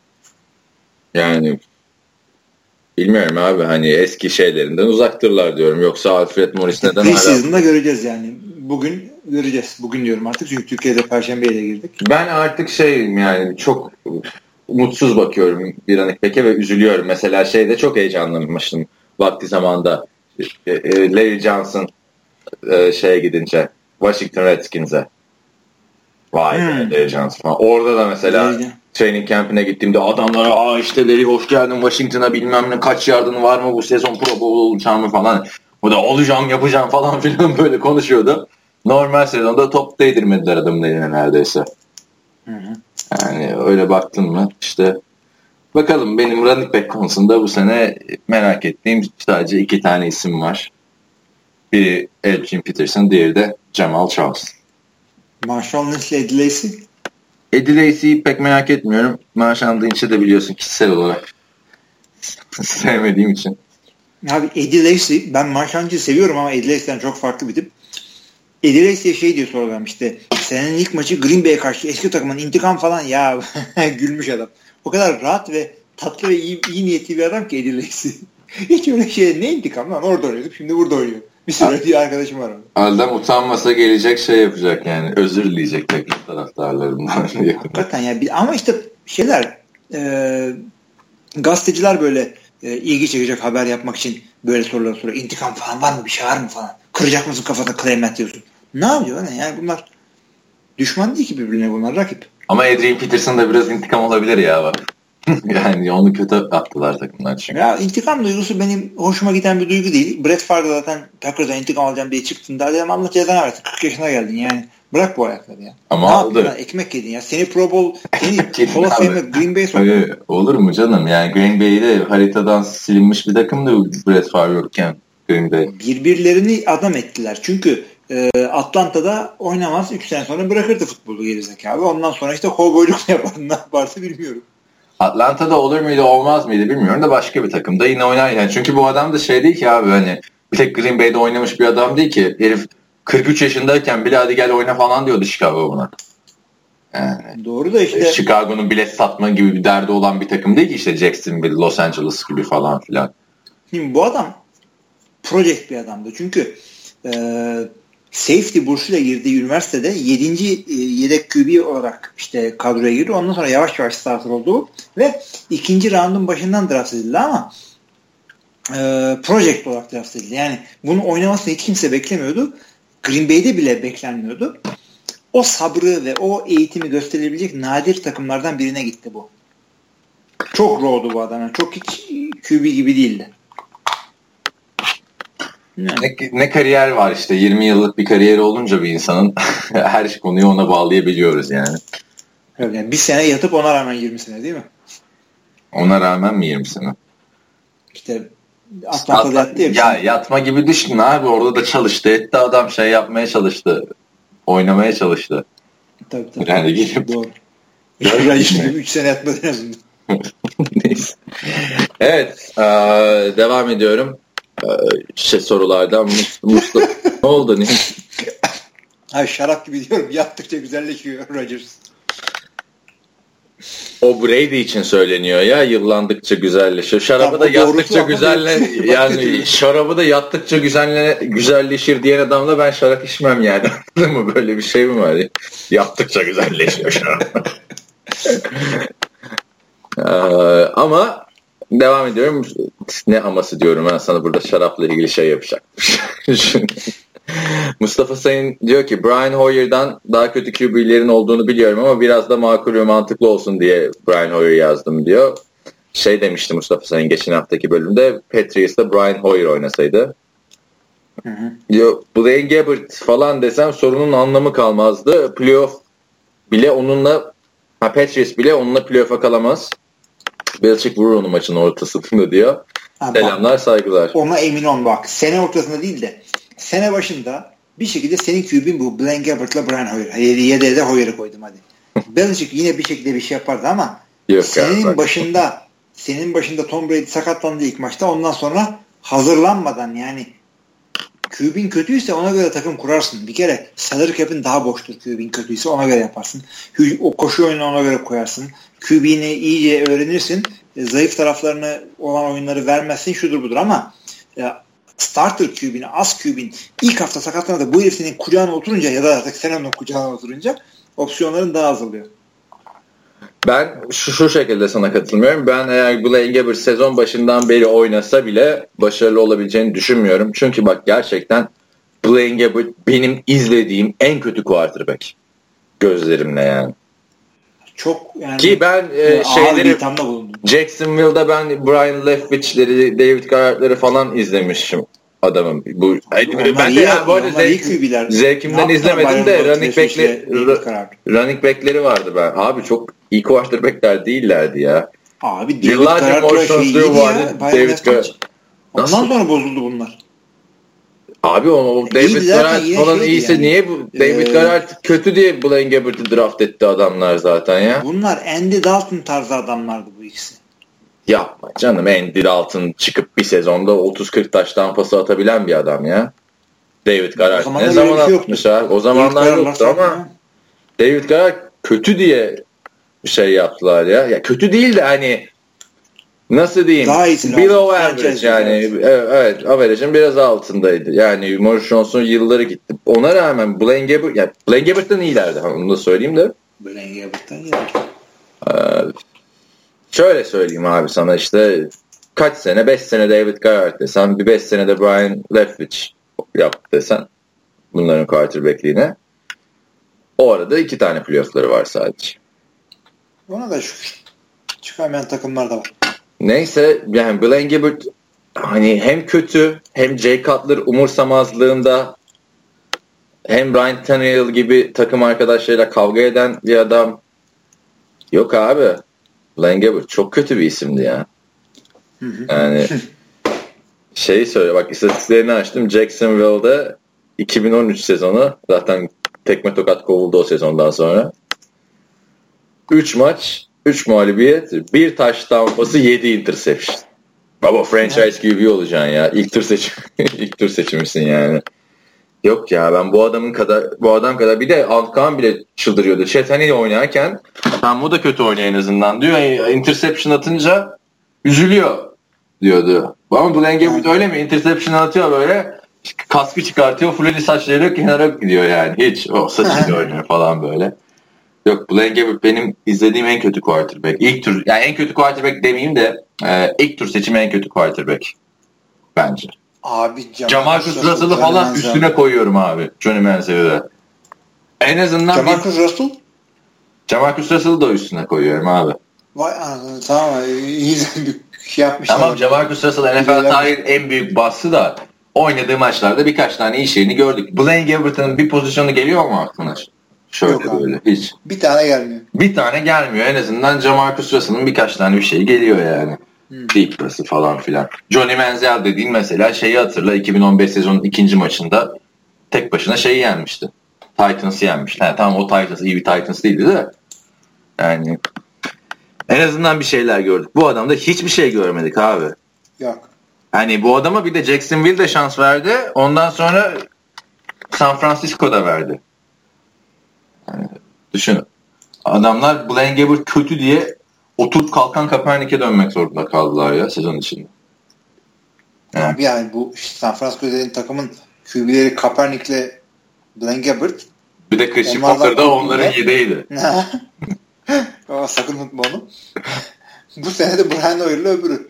Yani bilmiyorum abi hani eski şeylerinden uzaktırlar diyorum. Yoksa Alfred Morris neden hala... Pre-season'da göreceğiz yani. Bugün göreceğiz. Bugün diyorum artık çünkü Türkiye'de Perşembe'ye de girdik. Ben artık yani çok umutsuz bakıyorum bir running back'e ve üzülüyorum. Mesela şeyde çok heyecanlanmıştım vakti zamanda. Larry Johnson gidince Washington Redskins'e. Vay be Larry Johnson falan. Orada da mesela training camp'ine gittiğimde adamlara işte Larry hoş geldin Washington'a bilmem ne kaç yardın var mı bu sezon Pro Bowl olacağım mı falan. O da olacağım yapacağım falan filan böyle konuşuyordu. normal sezonda top değdirmediler adamın eline neredeyse. Hı. Yani öyle baktın mı işte bakalım, benim running back konusunda bu sene merak ettiğim sadece 2 tane isim var. Biri Adrian Peterson, diğeri de Jamal Charles. Marshall Lynch ile Eddie Lacy? Eddie Lacy'yi pek merak etmiyorum. Marshall Lynch'i de biliyorsun kişisel olarak sevmediğim için. Abi Eddie Lacy, ben Marshall Lynch'i seviyorum ama Eddie Lacy'den çok farklı bir tip. Eddie Lacy'ye şey diyor sorularım işte, senenin ilk maçı Green Bay'e karşı eski takımın intikam falan ya gülmüş adam. O kadar rahat ve tatlı ve iyi niyetli bir adam ki Eddie Lacy. Hiç öyle şey, ne intikam lan, orada oynuyorduk şimdi burada oynuyor. Bir sürü bir arkadaşım var orada. Adam utanmasa gelecek şey yapacak yani, özür dileyecek tekrar taraftarlarından. Hakikaten ya, ama işte şeyler gazeteciler böyle ilgi çekecek haber yapmak için böyle sorular soruyor. İntikam falan var mı, bir şey var mı falan. Kıracak mısın kafada claim diyorsun. Ne yapıyor lan yani, bunlar düşman değil ki birbirine, bunlar rakip. Ama Adrian Peterson da biraz intikam olabilir ya bak. Yani onu kötü attılar takımlar çünkü. Ya intikam duygusu benim hoşuma giden bir duygu değil. Brett Favre zaten Packers'dan intikam alacağım diye çıktığında dedim Allah cezanı versin, 40 yaşına geldin yani. Bırak bu ayakları ya. Ama ne aldı. yaptın, ekmek yedin ya. Seni Pro Bowl, seni Hall of Fame'e Green Bay soktu. Olur mu canım? Yani Green Bay'de haritadan silinmiş bir takımdı Brett Favre yokken Green Bay. Birbirlerini adam ettiler. Çünkü Atlanta'da oynamaz. 3 sene sonra bırakırdı futbolu gerizekalı. Ondan sonra işte kovboyluk yapar. Ne yaparsa bilmiyorum. Atlanta'da olur muydu olmaz mıydı bilmiyorum da başka bir takımda yine oynar. Yani çünkü bu adam da şey değil ki abi, hani bir tek Green Bay'de oynamış bir adam değil ki. Herif 43 yaşındayken bile hadi gel oyna falan diyordu Chicago buna. Yani doğru da işte. Chicago'nun bilet satma gibi bir derdi olan bir takım değil ki işte Jacksonville, Los Angeles gibi falan filan. Şimdi bu adam project bir adamdı. Çünkü safety bursuyla girdiği üniversitede 7. yedek QB olarak işte kadroya girdi. Ondan sonra yavaş yavaş starter oldu ve 2. roundun başından draft edildi ama project olarak draft edildi. Yani bunu oynamasını hiç kimse beklemiyordu. Green Bay'de bile beklenmiyordu. O sabrı ve o eğitimi gösterebilecek nadir takımlardan birine gitti bu. Çok raw'du bu adam. Yani çok hiç QB gibi değildi. Ne kariyer var işte, 20 yıllık bir kariyeri olunca bir insanın her konuyu ona bağlayabiliyoruz yani. Yani bir sene yatıp ona rağmen 20 sene değil mi? Ona rağmen mi 20 sene? İşte Atlanta'da yattı ya. Ya yatma gibi düşün abi, orada da çalıştı etti adam, şey yapmaya çalıştı. Oynamaya çalıştı. Tabii. Yani gidip doğru. Rajin gibi 3 sene yatmadı en azından. Neyse. Evet. Devam ediyorum. Sorulardan Mustafa. Ne oldu? Hayır, şarap gibi diyorum. Yattıkça güzelleşiyor Rodgers. O Brady için söyleniyor ya, yıllandıkça güzelleşiyor. Şarabı tamam, da yattıkça yani şarabı da yattıkça güzelleşir diyen adamla ben şarap içmem yani. Değil mi? Böyle bir şey mi var ya? Yattıkça güzelleşiyor şarap. Ama devam ediyorum. Ne aması diyorum ben sana, burada şarapla ilgili şey yapacaktım. Mustafa Sayın diyor ki Brian Hoyer'dan daha kötü QB'lerin olduğunu biliyorum ama biraz da makul ve mantıklı olsun diye Brian Hoyer yazdım diyor. Şey demişti Mustafa Sayın geçen haftaki bölümde, Patriots'ta Brian Hoyer oynasaydı. Hı. Diyor Blaine Gabbert falan desem sorunun anlamı kalmazdı. Playoff bile onunla Patriots bile onunla playoff'a kalamaz. Belichick vurur onu maçın ortasında diyor. Selamlar, saygılar. Ona emin ol bak. Sene ortasında değil de sene başında bir şekilde senin QB'in bu Blaine Gabbert'la Brian Hoyer. Yedeğe de Hoyer'ı koydum hadi. Belichick yine bir şekilde bir şey yapardı ama yok senin başında Tom Brady sakatlandı ilk maçta. Ondan sonra hazırlanmadan, yani QB'in kötüyse ona göre takım kurarsın. Bir kere salary cap'in daha boştur QB'in kötüyse, ona göre yaparsın. O koşu oyununu ona göre koyarsın. QB'ni iyice öğrenirsin. Zayıf taraflarını olan oyunları vermezsin, şudur budur ama starter QB'ni, az QB'in ilk hafta sakatlandı, bu herif senin kucağına oturunca ya da artık sen onun kucağına oturunca opsiyonların daha azalıyor. Ben şu şekilde sana katılmıyorum. Ben eğer Blaine Gabbert sezon başından beri oynasa bile başarılı olabileceğini düşünmüyorum. Çünkü bak gerçekten Blaine Gabbert benim izlediğim en kötü quarterback. Gözlerimle yani. Çok yani. Ki ben Jacksonville'da ben Brian Leftwich'leri, David Garrett'ları falan izlemişim. adamın. Ben de bu arada zevkimden izlemedim de running back'leri vardı ben. Abi çok iyi quarterback'ler değillerdi ya. Abi yıllarca Morshans'lığı vardı. David Garrett. Ondan sonra bozuldu bunlar. Abi o David Garrett falan iyiyse yani. Niye bu David Garrett kötü diye Blaine Gabbert'ı draft etti adamlar zaten ya. Bunlar Andy Dalton tarzı adamlardı bu ikisi. Yapma canım, Andy Dalton çıkıp bir sezonda 30-40 taştan pası atabilen bir adam ya. David Garrett ne zaman atmış ha? O zamanlar yoktu ama David Garrett kötü diye bir şey yaptılar ya. Ya kötü değil de hani nasıl diyeyim? Below average yani. Evet, average'ın biraz altındaydı. Yani Maurice Jones'un yılları gitti. Ona rağmen Blaine Gabbert'tan iyilerdi. Onu da söyleyeyim de. Blaine Gabbert'tan iyilerdi. Şöyle söyleyeyim abi sana işte kaç sene? 5 sene David Garrett desen, bir 5 sene de Brian Leftwich yaptı desen bunların quarterback'liğine. O arada 2 tane playoff'ları var sadece. Ona da şükür. Çıkamayan takımlar da var. Neyse yani Blaine Gabbert hani hem kötü hem Jay Cutler umursamazlığında hem Ryan Tannehill gibi takım arkadaşlarıyla kavga eden bir adam. Yok abi. Blaine Gabbert çok kötü bir isimdi ya. Yani söyle bak, istatistiklerini açtım. Jacksonville'de 2013 sezonu zaten tekme tokat kovuldu o sezondan sonra. 3 maç, 3 mağlubiyet, 1 touchdown pası, 7 interception. Baba franchise gibi olacaksın ya. İlk tur seçimisin yani. Yok ya, ben bu adam kadar bir de Altkan bile çıldırıyordu. Chet Haney oynarken tam bu da kötü oynuyor en azından diyor. Interception atınca üzülüyor diyordu. Ama Blaine Gabbert öyle mi? Interception atıyor böyle. Kaskı çıkartıyor. Flori saçlarıyla kenara gidiyor yani. Hiç o saçıyla oynuyor falan böyle. Yok, Blaine Gabbert benim izlediğim en kötü quarterback. İlk tur, yani en kötü quarterback demeyeyim de ilk tur seçimi en kötü quarterback bence. Abi Jamarcus Russell'ı falan üstüne koyuyorum abi. Johnny Manziel'i de. En azından Jamarcus Russell? Jamarcus Russell'ı da üstüne koyuyorum abi. Vay anasını, tamam, iyi bir şey yapmışlar. Tamam, Jamarcus Russell NFL tarihinin en büyük bası da oynadığı maçlarda birkaç tane iyi şeyini gördük. Blaine Gabbert'ın bir pozisyonu geliyor mu aklına? Şöyle yok böyle abi. Hiç. Bir tane gelmiyor. Bir tane gelmiyor. En azından Jamarcus Russell'ın birkaç tane bir şey geliyor yani. Deep pası falan filan. Johnny Manziel dediğin mesela şeyi hatırla, 2015 sezonun ikinci maçında tek başına şeyi yenmişti. Titans'ı yenmişti. Yani tamam, o Titans iyi bir Titans değildi de yani en azından bir şeyler gördük. Bu adamda hiçbir şey görmedik abi. Yok. Hani bu adama bir de Jacksonville'de şans verdi. Ondan sonra San Francisco'da verdi. Yani düşün. Adamlar Blaine Gabbert kötü diye oturup kalkan Kaepernick'e dönmek zorunda kaldılar ya sezon içinde. Abi yani bu San Francisco dediğin takımın QB'leri Kaepernick'le Blaine Gabbert. Bir de Christian Walker da onların yedeğiydi. Sakın unutma onu. Bu sene de Brian Hoyer'la öbürü.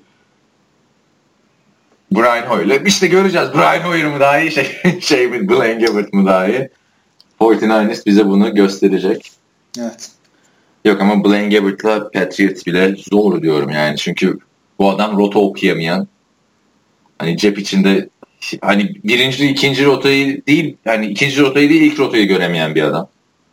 Brian Hoyer. İşte göreceğiz. Brian Hoyer mı daha iyi şey mi, Blaine Gabbert mı daha iyi? 49ers bize bunu gösterecek. Evet. Yok ama Blaine Gabbert'la Patriots bile zor diyorum yani. Çünkü bu adam rota okuyamayan, hani cep içinde hani ikinci rotayı değil, hani ikinci rotayı değil ilk rotayı göremeyen bir adam.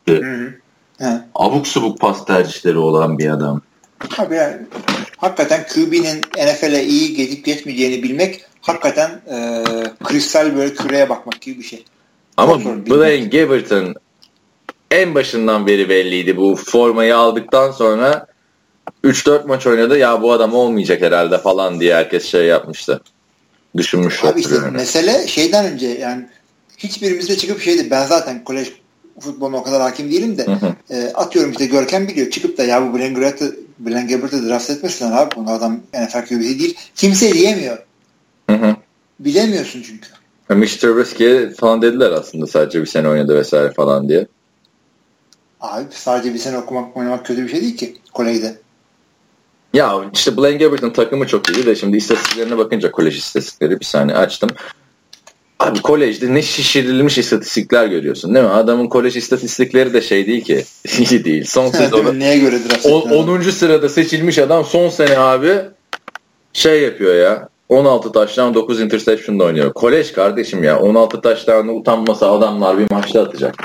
Abuk subuk pas tercihleri olan bir adam. Abi yani hakikaten QB'nin NFL'e iyi gelip geçmeyeceğini bilmek hakikaten kristal böyle küreye bakmak gibi bir şey. Ama Blaine Gabbert'ın en başından beri belliydi. Bu formayı aldıktan sonra 3-4 maç oynadı. Ya bu adam olmayacak herhalde falan diye herkes şey yapmıştı. Düşünmüşler. Abi işte mesele şeyden önce yani hiçbirimiz de çıkıp şeydi. Ben zaten kolej futboluna o kadar hakim değilim de atıyorum işte Görkem biliyor. Çıkıp da ya bu Blaine Gabbert'ı draft etmesinler abi. Bu adam NFL QB'si değil. Kimse diyemiyor. Bilemiyorsun çünkü. Mitch Trubisky'ye falan dediler aslında, sadece bir sene oynadı vesaire falan diye. Abi sadece bir sene oynamak kötü bir şey değil ki kolejde. Ya işte Blaine Gabbert'ın takımı çok iyiydi de şimdi istatistiklerine bakınca, kolej istatistikleri bir saniye açtım. Abi kolejde ne şişirilmiş istatistikler görüyorsun değil mi? Adamın kolej istatistikleri de şey değil ki. İyi değil. Son sezonda neye göre draft 10. sırada seçilmiş adam son sene abi şey yapıyor ya. 16 taştan 9 interception'da oynuyor. Kolej kardeşim ya. 16 taştan utanmasa adamlar bir maçta atacak.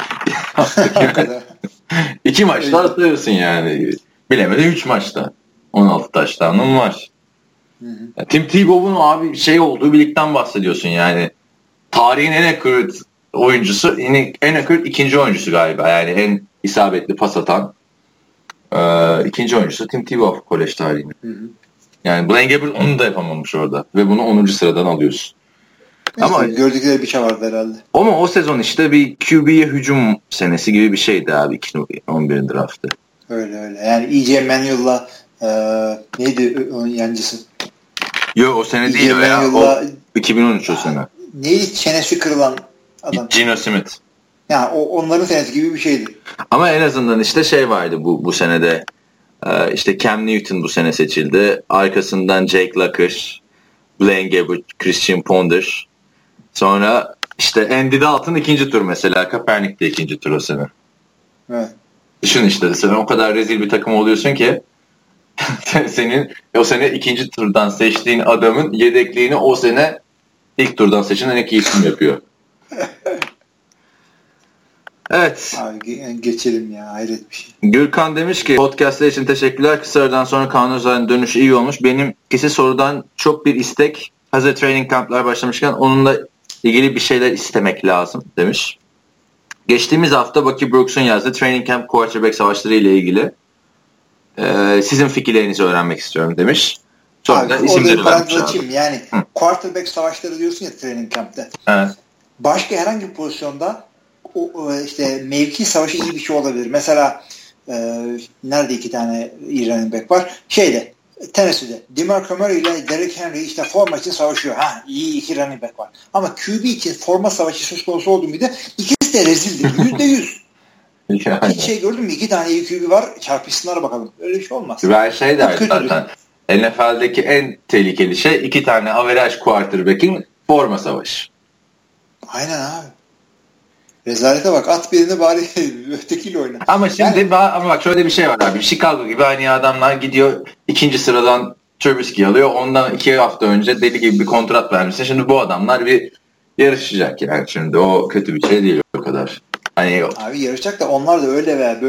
2 maçta atıyorsun yani. Bilemedi 3 maçta. 16 taştanın var. Ya, Tim Tebow'un abi şey olduğu bir ligden bahsediyorsun yani. Tarihin en accurate oyuncusu, en accurate ikinci oyuncusu galiba. Yani en isabetli pas atan ikinci oyuncusu Tim Tebow kolej tarihinde. Yani Blaine Gabbert onu da yapamamış orada. Ve bunu 10. sıradan alıyorsun. İşte ama gördükleri bir şey vardı herhalde. Ama o sezon işte bir QB'ye hücum senesi gibi bir şeydi abi 2011 draftı. Öyle. Yani E.J. Manuel'la neydi onun yancısı? Yok o sene değil o ya. O 2013 o sene. Neydi çenesi kırılan adam? Geno Smith. Yani onların senesi gibi bir şeydi. Ama en azından işte şey vardı bu senede. İşte Cam Newton bu sene seçildi. Arkasından Jake Locker, Blaine Gabbert, Christian Ponder. Sonra işte Andy Dalton ikinci tur mesela. Kaepernick de ikinci tur o sene. Evet. Düşün işte sen o kadar rezil bir takım oluyorsun ki senin o sene ikinci turdan seçtiğin adamın yedekliğini o sene ilk turdan seçilen en iyi isim yapıyor. Evet. Abi geçelim ya hayret bir şey. Gürkan demiş ki podcast'ler için teşekkürler. Kısa aradan sonra Kaan Özay'ın dönüşü iyi olmuş. Benimkisi sorudan çok bir istek. Hazır training camp'lar başlamışken onunla ilgili bir şeyler istemek lazım demiş. Geçtiğimiz hafta Bucky Brooks'un yazdığı training camp quarterback savaşları ile ilgili sizin fikirlerinizi öğrenmek istiyorum demiş. Sonra da isimleri vermiş abi. Yani quarterback savaşları diyorsun ya training camp'te. Evet. Başka herhangi bir pozisyonda işte mevki savaşı iyi bir şey olabilir. Mesela nerede iki tane iyi running back var? Tennessee'de DeMarco Murray ile Derrick Henry işte forma için savaşıyor. İyi iki running back var. Ama QB için forma savaşı söz konusu olduğu gibi de ikisi de rezildir. %100. Hiç şey gördün mü? İki tane iyi QB var. Çarpışsınlar bakalım. Öyle bir şey olmaz. Ben derdim zaten. NFL'deki en tehlikeli şey iki tane average quarterback'in forma savaşı. Aynen abi. Rezalete bak. At birini bari ötekiyle oyna. Ama şimdi ama bak şöyle bir şey var abi. Chicago gibi hani adamlar gidiyor ikinci sıradan Trubisky alıyor. Ondan 2 hafta önce deli gibi bir kontrat vermişsin. Şimdi bu adamlar bir yarışacak yani. Şimdi o kötü bir şey değil o kadar. Hani abi yarışacak da onlar da öyle veya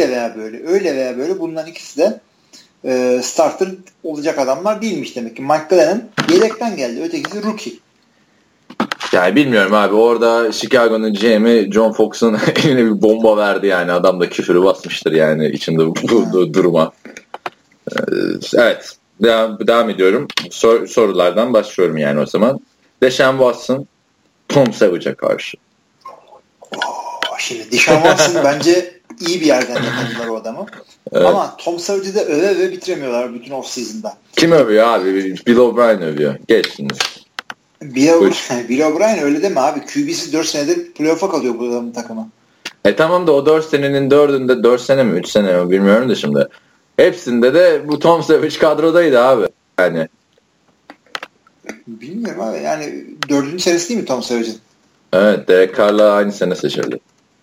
böyle bundan ikisi de starter olacak adamlar değilmiş demek ki. Mike Glennon yedekten geldi. Ötekisi rookie. Yani bilmiyorum abi. Orada Chicago'nun GM'i John Fox'un eline bir bomba verdi yani. Adam da küfürü basmıştır yani içinde bu duruma. Evet. Devam ediyorum. Sorulardan başlıyorum yani o zaman. Deshaun Watson Tom Savage'a karşı. Şimdi Deshaun Watson bence iyi bir yerden yakaladılar o adamı. Evet. Ama Tom Savage'ı da öve bitiremiyorlar bütün off-season'da. Kim övüyor abi? Bill O'Brien övüyor. Geç şimdi. Bill O'Brien öyle deme abi. QB'siz 4 senedir playoff'a kalıyor bu adamın takımı. Tamam da o 4 senenin 4'ünde 4 sene mi 3 sene mi bilmiyorum da şimdi. Hepsinde de bu Tom Savage kadrodaydı abi. Yani. Bilmiyorum abi. Yani 4. senesi değil mi Tom Savage'in? Evet. Derek Carr'la aynı sene seçildi.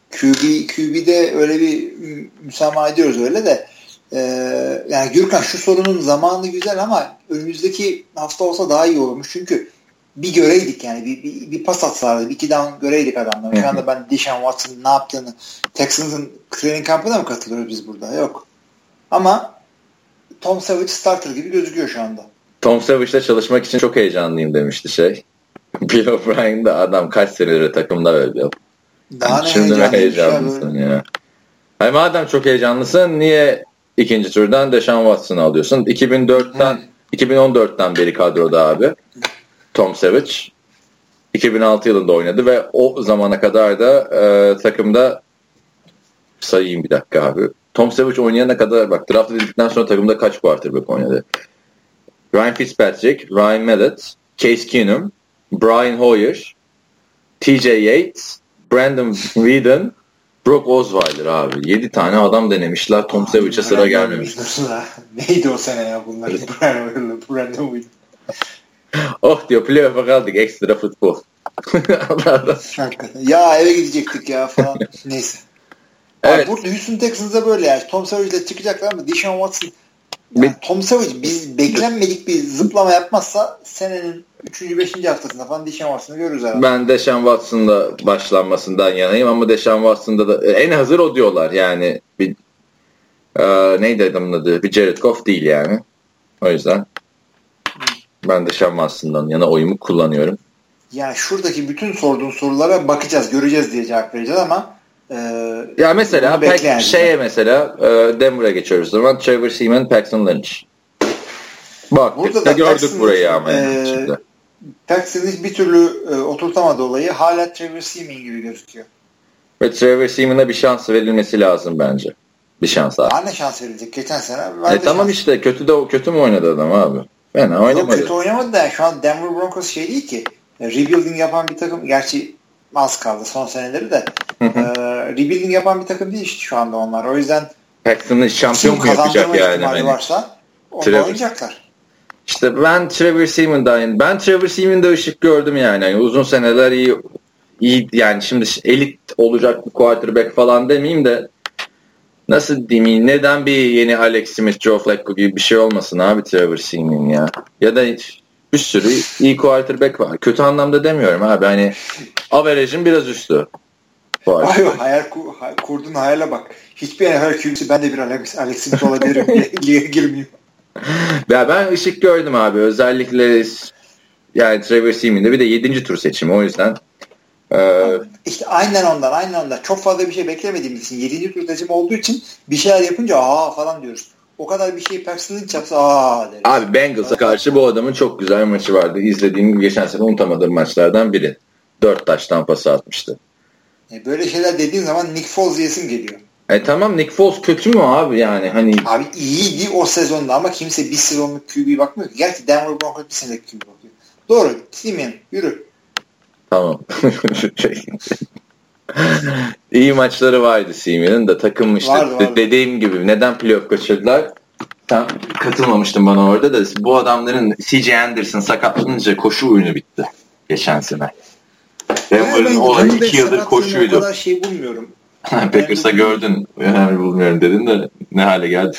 QB'de öyle bir müsamaha ediyoruz öyle de yani Gürkan şu sorunun zamanı güzel ama önümüzdeki hafta olsa daha iyi olurmuş. Çünkü bir göreydik yani bir pas atsalardı. Bir iki down göreydik adamlar. Şu anda ben Deshaun Watson'ın ne yaptığını Texans'ın training camp'ına mı katılıyoruz biz burada? Yok. Ama Tom Savage starter gibi gözüküyor şu anda. Tom Savage'la çalışmak için çok heyecanlıyım demişti Bill O'Brien de adam kaç senedir takımda öyle. Daha ne şimdi heyecanlısın ya. Hayır, madem çok heyecanlısın niye ikinci turdan Deshaun Watson'ı alıyorsun? 2014'ten beri kadroda abi. Tom Savage 2006 yılında oynadı ve o zamana kadar da takımda sayayım bir dakika abi. Tom Savage oynayana kadar bak draft edildikten sonra takımda kaç quarterback oynadı? Ryan Fitzpatrick, Ryan Mallett, Case Keenum, Brian Hoyer, TJ Yates, Brandon Whedon, Brock Osweiler abi. 7 tane adam denemişler. Tom Savage'a sıra gelmemiş. Neydi o sene ya bunlar? Brian Hoyer'la Brandon Whedon. Oh diyor playoff'a kaldık ekstra futbol. Ya eve gidecektik ya falan. Neyse. Evet. Burada Houston Texans'da böyle ya. Tom Savage'la çıkacaklar ama Deshaun Watson Yani Tom Savage biz beklenmedik bir zıplama yapmazsa senenin 3. 5. haftasında falan Deshaun Watson'ı görürüz herhalde. Ben Deshaun Watson'la başlanmasından yanayım ama Deshaun Watson'da da en hazır o diyorlar yani. Neydi adamın adı? Bir Jared Goff değil yani. O yüzden ben Deshaun Watson'dan yana oyumu kullanıyorum. Yani şuradaki bütün sorduğun sorulara bakacağız, göreceğiz diye cevap vereceğiz ama ya mesela mesela Denver'a geçiyoruz o zaman. Trevor Seaman, Paxton Lynch. Bak burada da gördük Paxton, burayı ama şimdi. Paxton Lynch bir türlü oturtamadı olayı. Hala Trevor Seaman gibi gözüküyor. Ve Trevor Seaman'a bir şans verilmesi lazım bence. Bir şans daha. Anne şans verilecek. Geçen sene verdi tamam şans. İşte kötü mü oynadı adam abi? Fena oynamadı. Kötü oynamadı da şu an Denver Broncos şey değil ki. Rebuilding yapan bir takım. Gerçi az kaldı son seneleri de. Rebuilding yapan bir takım değil işte şu anda onlar. O yüzden Paxton'ı şampiyon mu yapacak yani? Hani. Varsa onu oynayacaklar. İşte ben Trevor Seaman'da ışık gördüm yani. Uzun seneler iyi yani şimdi elit olacak bir quarterback falan demeyeyim de nasıl diyeyim, neden bir yeni Alex Smith, Joe Flacco gibi bir şey olmasın abi Trevor Seaman ya. Ya da bir sürü iyi quarterback var. Kötü anlamda demiyorum abi. Hani average'in biraz üstü. Hayal kurdun hayale bak. Hiçbir NFL QB'si ben de bir Alex Smith olabilirim diye girmeyeyim. Ya ben ışık gördüm abi. Özellikle yani Trevor Seaman'da bir de 7. tur seçimi o yüzden. İşte aynen ondan. Çok fazla bir şey beklemediğimiz için 7. tur seçimi olduğu için bir şeyler yapınca falan diyoruz. O kadar bir şey Paxton Lynch yapsa deriz. Abi Bengals'a karşı bu adamın çok güzel maçı vardı. İzlediğim geçen sene unutamadığım maçlardan biri. 4 taştan pası atmıştı. Böyle şeyler dediğin zaman Nick Foles diyesim geliyor. Tamam Nick Foles kötü mü abi yani hani. Abi iyiydi o sezonda ama kimse bir sezonluk QB'ye bakmıyor ki. Gerçi Denver Broncos bir senelik QB bakıyor. Doğru. Simeon yürü. Tamam. İyi maçları vardı Simeon'ın da takım işte vardı. Dediğim gibi neden playoff kaçırdılar? Sen katılmamıştın bana orada da bu adamların C.J. Anderson sakatlanınca koşu oyunu bitti geçen sene. Denver'ın olayı 2 yıldır koşuydu. O kadar şey bulmuyorum. Packers'a gördün. Önemli bulmuyorum dedin de ne hale geldi.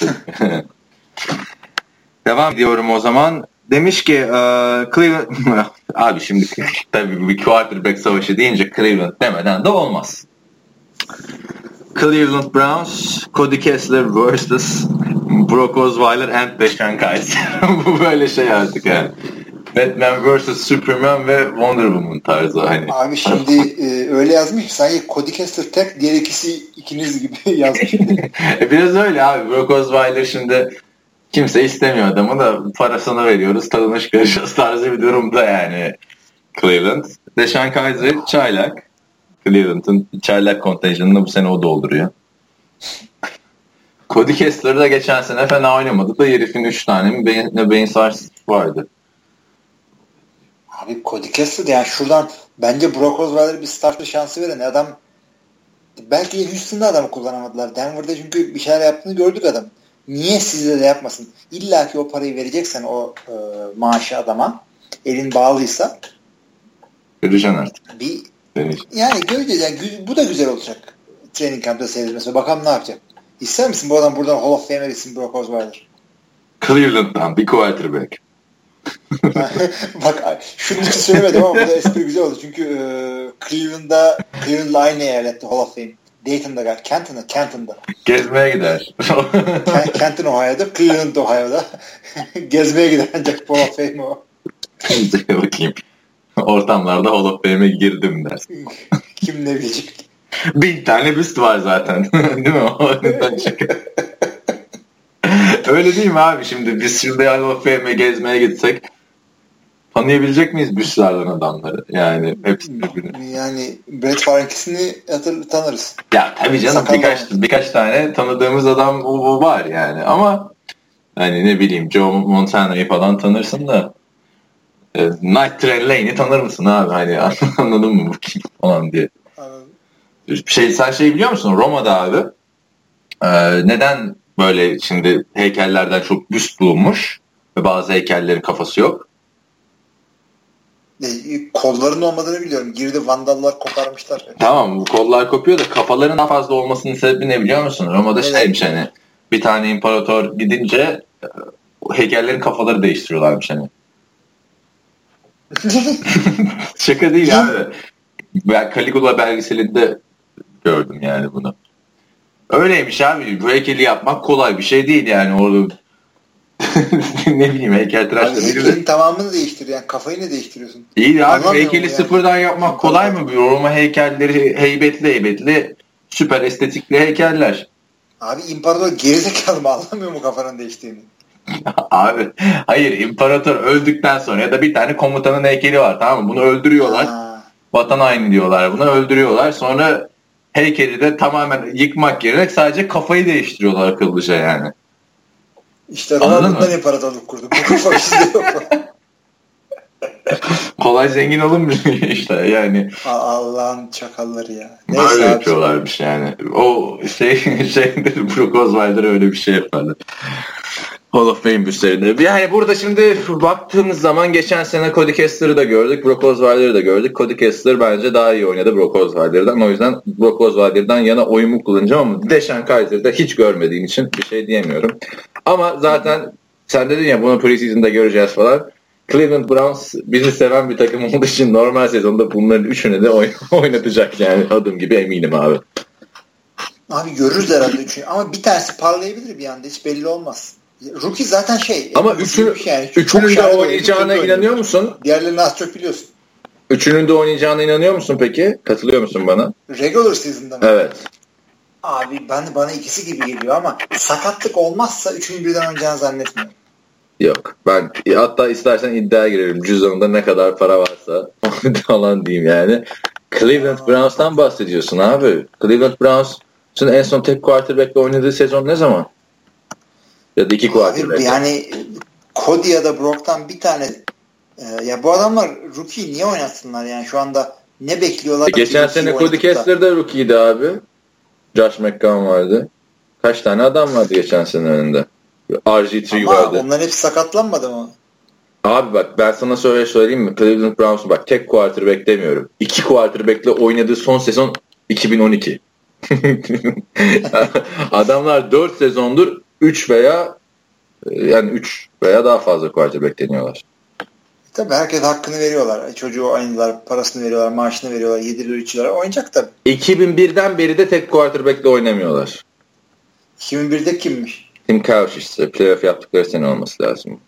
Devam ediyorum o zaman. Demiş ki Cleveland abi şimdi tabii bir quarterback savaşı deyince Cleveland demeden de olmaz. Cleveland Browns, Cody Kessler vs. Brock Osweiler and Deshaun Kaiser. Bu böyle şey artık yani. Batman vs. Superman ve Wonder Woman tarzı. Hani. Abi şimdi öyle yazmış ki sanki Cody Kessler tek, diğer ikisi ikiniz gibi yazmış. Biraz öyle abi. Brock Osweiler şimdi kimse istemiyor adamı da parasını veriyoruz, tadını çıkaracağız tarzı bir durumda yani Cleveland. Deshaun Kaiser çaylak. Cleveland'ın çaylak kontenjanını bu sene o dolduruyor. Cody Kessler da geçen sene fena oynamadı da herifin 3 tane mi beyin sarsıntısı vardı. Abi Cody Kessler yani şuradan bence Brock Osweiler'e bir startlı şansı veren adam belki Houston'da adamı kullanamadılar. Denver'da çünkü bir şeyler yaptığını gördük adam. Niye sizde de yapmasın? İlla ki o parayı vereceksen o maaşı adama elin bağlıysa vereceksin artık. Yani göreceğiz. Yani bu da güzel olacak. Training camp'ta seyredilmesi. Bakalım ne yapacak. İster misin bu adam buradan Hall of Fame'e gitsin Brock Osweiler? Cleveland'dan bir quarterback. Bak şunu hiç söylemedim ama bu da espri güzel oldu. Çünkü Cleveland'la aynı eyalette Hall of Fame. Dayton'da, Canton'da. Gezmeye gider. Canton Ohio'da, Cleveland Ohio'da. Gezmeye gider ancak Hall of Fame o. Bakayım. Ortamlarda Hall of Fame'e girdim dersin. Kim ne bilecek? 1000 tane büst var zaten. Değil mi? Öyle değil mi abi? Şimdi biz şimdi Hall of Fame'e gezmeye gitsek tanıyabilecek miyiz büstlerden adamları? Yani hepsi birbirini. Yani Brett Favre'nkisini tanırız. Ya tabii canım birkaç tane tanıdığımız adam o var yani ama hani ne bileyim Joe Montana'yı falan tanırsın da Night Train Lane'i tanır mısın abi? Hani anladın mı bu kim falan diye. Sen biliyor musun? Roma'da abi neden böyle şimdi heykellerden çok büst bulunmuş ve bazı heykellerin kafası yok? Kolların olmadığını biliyorum. Girdi vandallar koparmışlar. Tamam bu kollar kopuyor da kafaların daha fazla olmasının sebebi ne biliyor musun? Roma'da şeymiş hani bir tane imparator gidince heykellerin kafaları değiştiriyorlarmış hani. Şaka değil abi. Ben Caligula belgeselinde gördüm yani bunu. Öyleymiş abi. Bu heykeli yapmak kolay bir şey değil yani. Orada ne bileyim heykeltıraşla. Heykelin tamamını değiştir yani. Kafayı ne değiştiriyorsun? İyi abi, heykeli sıfırdan yapmak kolay mı? Roma heykelleri heybetli süper estetikli heykeller. Abi imparator gerizekalı mı, anlamıyor mu kafanın değiştiğini? Abi hayır, imparator öldükten sonra ya da bir tane komutanın heykeli var, tamam mı? Bunu öldürüyorlar. Vatan haini diyorlar buna, öldürüyorlar. Sonra heykeli de tamamen yıkmak yerine sadece kafayı değiştiriyorlar akıllıca yani. İşte Roma bundan imparatorluk kurdu. Bu kafa işte yok. Kolay zengin olunmuş işte yani. Allah'ın çakalları ya. Neyse öyle yapıyorlarmış yani. O şeydir, Brock Osweiler öyle bir şey yapardı. Hall of Fame büstlerinde. Yani burada şimdi baktığımız zaman geçen sene Cody Kessler'ı da gördük, Brock Osweiler'ı da gördük. Cody Kessler bence daha iyi oynadı Brock Osweiler'dan. O yüzden Brock Osweiler'dan yana oyumu kullanacağım ama Deshaun Kaiser'da hiç görmediğim için bir şey diyemiyorum. Ama zaten sen dedin ya bunu preseason'da göreceğiz falan. Cleveland Browns bizi seven bir takım olduğu için normal sezonda bunların üçünü de oynatacak yani, adım gibi eminim abi. Abi görürüz herhalde üçünü ama bir tanesi parlayabilir bir anda, hiç belli olmaz. Rookie zaten şey. Ama üçünün de oynayacağına inanıyor musun? Diğerlerini az çok biliyorsun. Üçünün de oynayacağına inanıyor musun peki? Katılıyor musun bana? Regular season'da mı? Evet. Abi bana ikisi gibi geliyor ama sakatlık olmazsa üçünü birden oynayacağını zannetmiyorum. Yok. Ben hatta istersen iddiaya girelim. Cüzdanında ne kadar para varsa falan diyeyim yani. Cleveland Browns'tan bahsediyorsun abi. Cleveland Browns'un en son tek quarterback'le oynadığı sezon ne zaman? Ya da iki quarterback. Yani Cody ya da Brock'tan bir tane ya bu adamlar rookie niye oynatsınlar yani, şu anda ne bekliyorlar? Geçen sene Cody Kessler de rookie'ydi abi. Josh McCown vardı. Kaç tane adam vardı geçen sene önünde? RG3 ama vardı. Onlar hepsi sakatlanmadı mı? Abi bak ben sana söyleyeyim mi? Cleveland Browns'un bak tek quarterback demiyorum. 2 quarterback'le oynadığı son sezon 2012. Adamlar 4 sezondur 3 veya daha fazla quarterback deniyorlar. Tabii herkes hakkını veriyorlar. Çocuğu oynadılar, parasını veriyorlar, maaşını veriyorlar, yediriyor, içiyorlar. Oynayacak tabii. 2001'den beri de tek quarterback'le oynamıyorlar. 2001'de kimmiş? Tim Couch işte. Playoff yaptıkları sene olması lazım.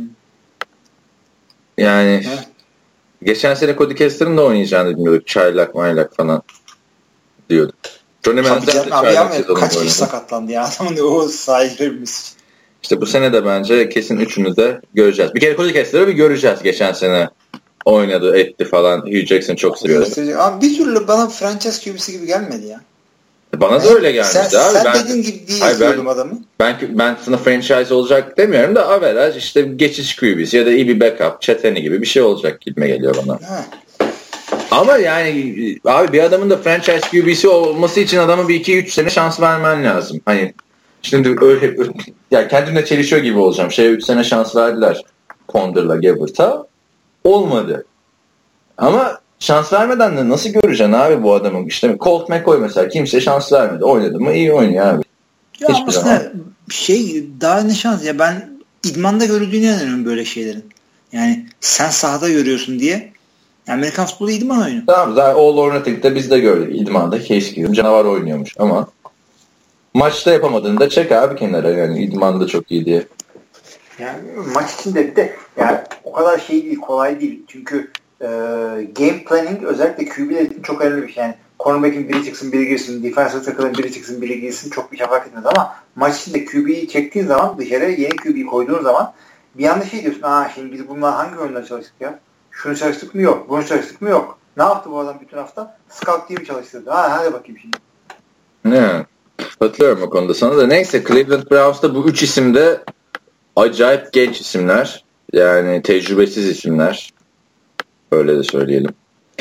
Yani geçen sene Cody Kessler'ın da oynayacağını bilmiyorduk. Çaylak falan diyorduk. Johnny Manziel de çaylak sezonu oynadı. Kaç kişi sakatlandı ya adamın o sahiplerimiz. İşte bu sene de bence kesin üçünü de göreceğiz. Bir kere Cody Kessler'ı bir göreceğiz. Geçen sene oynadı, etti falan. Hugh Jackson çok seviyordu. Abi bir türlü bana franchise QB'si gibi gelmedi ya. Bana da öyle gelmişti abi. Sen dediğin gibi değil izliyordum adamı. Ben sana franchise olacak demiyorum da average işte geçiş QB'si ya da iyi bir backup, çeteni gibi bir şey olacak gibime geliyor bana. Ama yani abi bir adamın da franchise QB'si olması için adama bir 2-3 sene şans vermen lazım. Hani şimdi öyle yani kendimle çelişiyor gibi olacağım. 3 sene şans verdiler Conder'la Gabbert'a. Olmadı. Ama şans vermeden de nasıl göreceksin abi bu adamın? İşte Colt McCoy mesela kimse şans vermedi. Oynadı mı iyi oynuyor abi. Ya aslında daha ne şans ya, ben idmanda görüldüğüne inanıyorum böyle şeylerin. Yani sen sahada görüyorsun diye. Amerikan futbolu idman oyunu. Tamam zaten All or Nothing'de biz de gördük. İdmanda Case Keenum canavar oynuyormuş ama maçta yapamadığını da çek abi kenara, yani idmanda çok iyi diye. Yani maç içinde bir de yani o kadar şey değil, kolay değil. Çünkü game planning özellikle QB'ler için çok önemli bir şey. Yani cornerback'in biri çıksın biri girsin, defensive tackle'ın biri çıksın biri girsin çok bir şey fark etmez ama maç içinde QB'yi çektiğin zaman dışarı yeni QB'yi koyduğun zaman bir anda şey diyorsun, şimdi biz bunlar hangi oyundan çalıştık ya? Şunu çalıştık mı yok, bunu çalıştık mı yok. Ne yaptı bu adam bütün hafta? Scout diye mi çalıştırdı? Hadi bakayım şimdi. Ne? Hatırlıyorum o konuda sana da. Neyse Cleveland Browns'ta bu 3 isim de acayip genç isimler. Yani tecrübesiz isimler. Öyle de söyleyelim.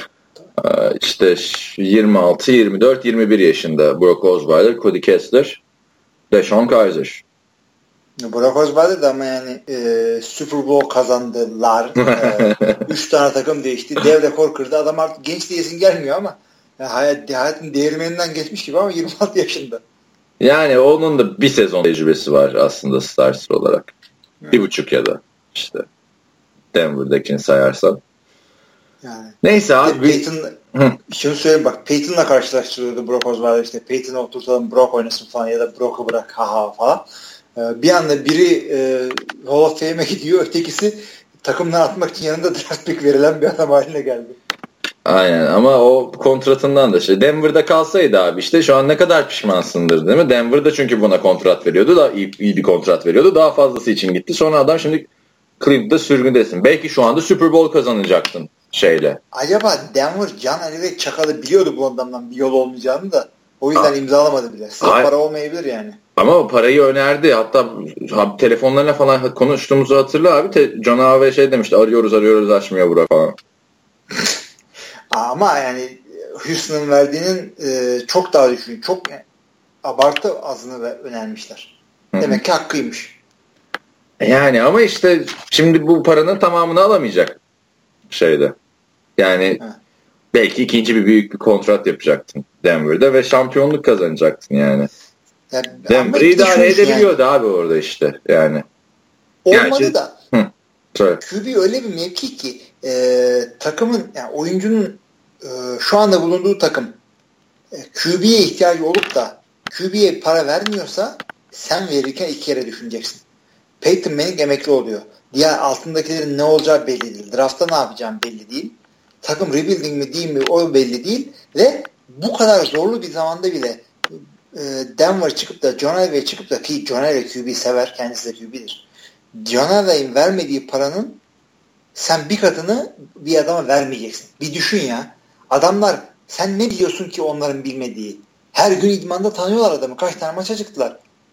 İşte 26, 24, 21 yaşında Brock Osweiler, Cody Kessler, Deshaun Kaiser. Brock Osweiler de ama yani Super Bowl kazandılar. 3 tane takım değişti. Dev rekor kırdı. Adam artık genç diyesin gelmiyor ama hayatın değirmeninden geçmiş gibi ama 26 yaşında. Yani onun da bir sezon tecrübesi var aslında starter olarak. 1.5 ya da işte Denver'dakini sayarsan. Yani. Neyse abi. Şunu söyleyeyim bak, Peyton'la karşılaştırıyordu Brock Osweiler, işte Peyton'u oturtalım, Brock oynasın falan ya da Brock'u bırak haha falan. Bir anda biri Hall of Fame'e gidiyor, ötekisi takımdan atmak için yanında draft pick verilen bir adam haline geldi. Aynen, ama o kontratından da Denver'da kalsaydı abi işte şu an ne kadar pişmansındır değil mi? Denver'da çünkü buna kontrat veriyordu, daha iyi bir kontrat veriyordu, daha fazlası için gitti. Sonra adam şimdi Cleveland'da sürgündesin. Belki şu anda Super Bowl kazanacaktın şeyle. Acaba Denver Can Ali ve Çakal'ı biliyordu bu adamdan bir yol olmayacağını da o yüzden imzalamadı bile. Sırf para olmayabilir yani. Ama o parayı önerdi. Hatta telefonlarına falan konuştuğumuzu hatırla abi. John Avey demişti, arıyoruz açmıyor Burak falan. Ama yani Houston'ın verdiğinin çok daha düşük, çok abartı azını önermişler. Demek ki hakkıymış. Yani ama işte şimdi bu paranın tamamını alamayacak şeyde. Yani belki ikinci büyük bir kontrat yapacaktın Denver'da ve şampiyonluk kazanacaktın yani. Denver'ı idare edebiliyordu yani. Abi orada işte yani. Olmadı da. QB öyle bir mevki ki takımın, yani oyuncunun şu anda bulunduğu takım QB'ye ihtiyacı olup da QB'ye para vermiyorsa sen verirken iki kere düşüneceksin. Peyton Manning emekli oluyor. Diğer altındakilerin ne olacağı belli değil. Draft'ta ne yapacağım belli değil. Takım rebuilding mi değil mi o belli değil. Ve bu kadar zorlu bir zamanda bile Denver çıkıp da John Elway çıkıp da, ki John Elway QB sever, kendisi de QB'dir. John Elway'in vermediği paranın sen bir katını bir adama vermeyeceksin. Bir düşün ya. Adamlar, sen ne biliyorsun ki onların bilmediği? Her gün idmanda tanıyorlar adamı. Kaç tane maça çıktılar.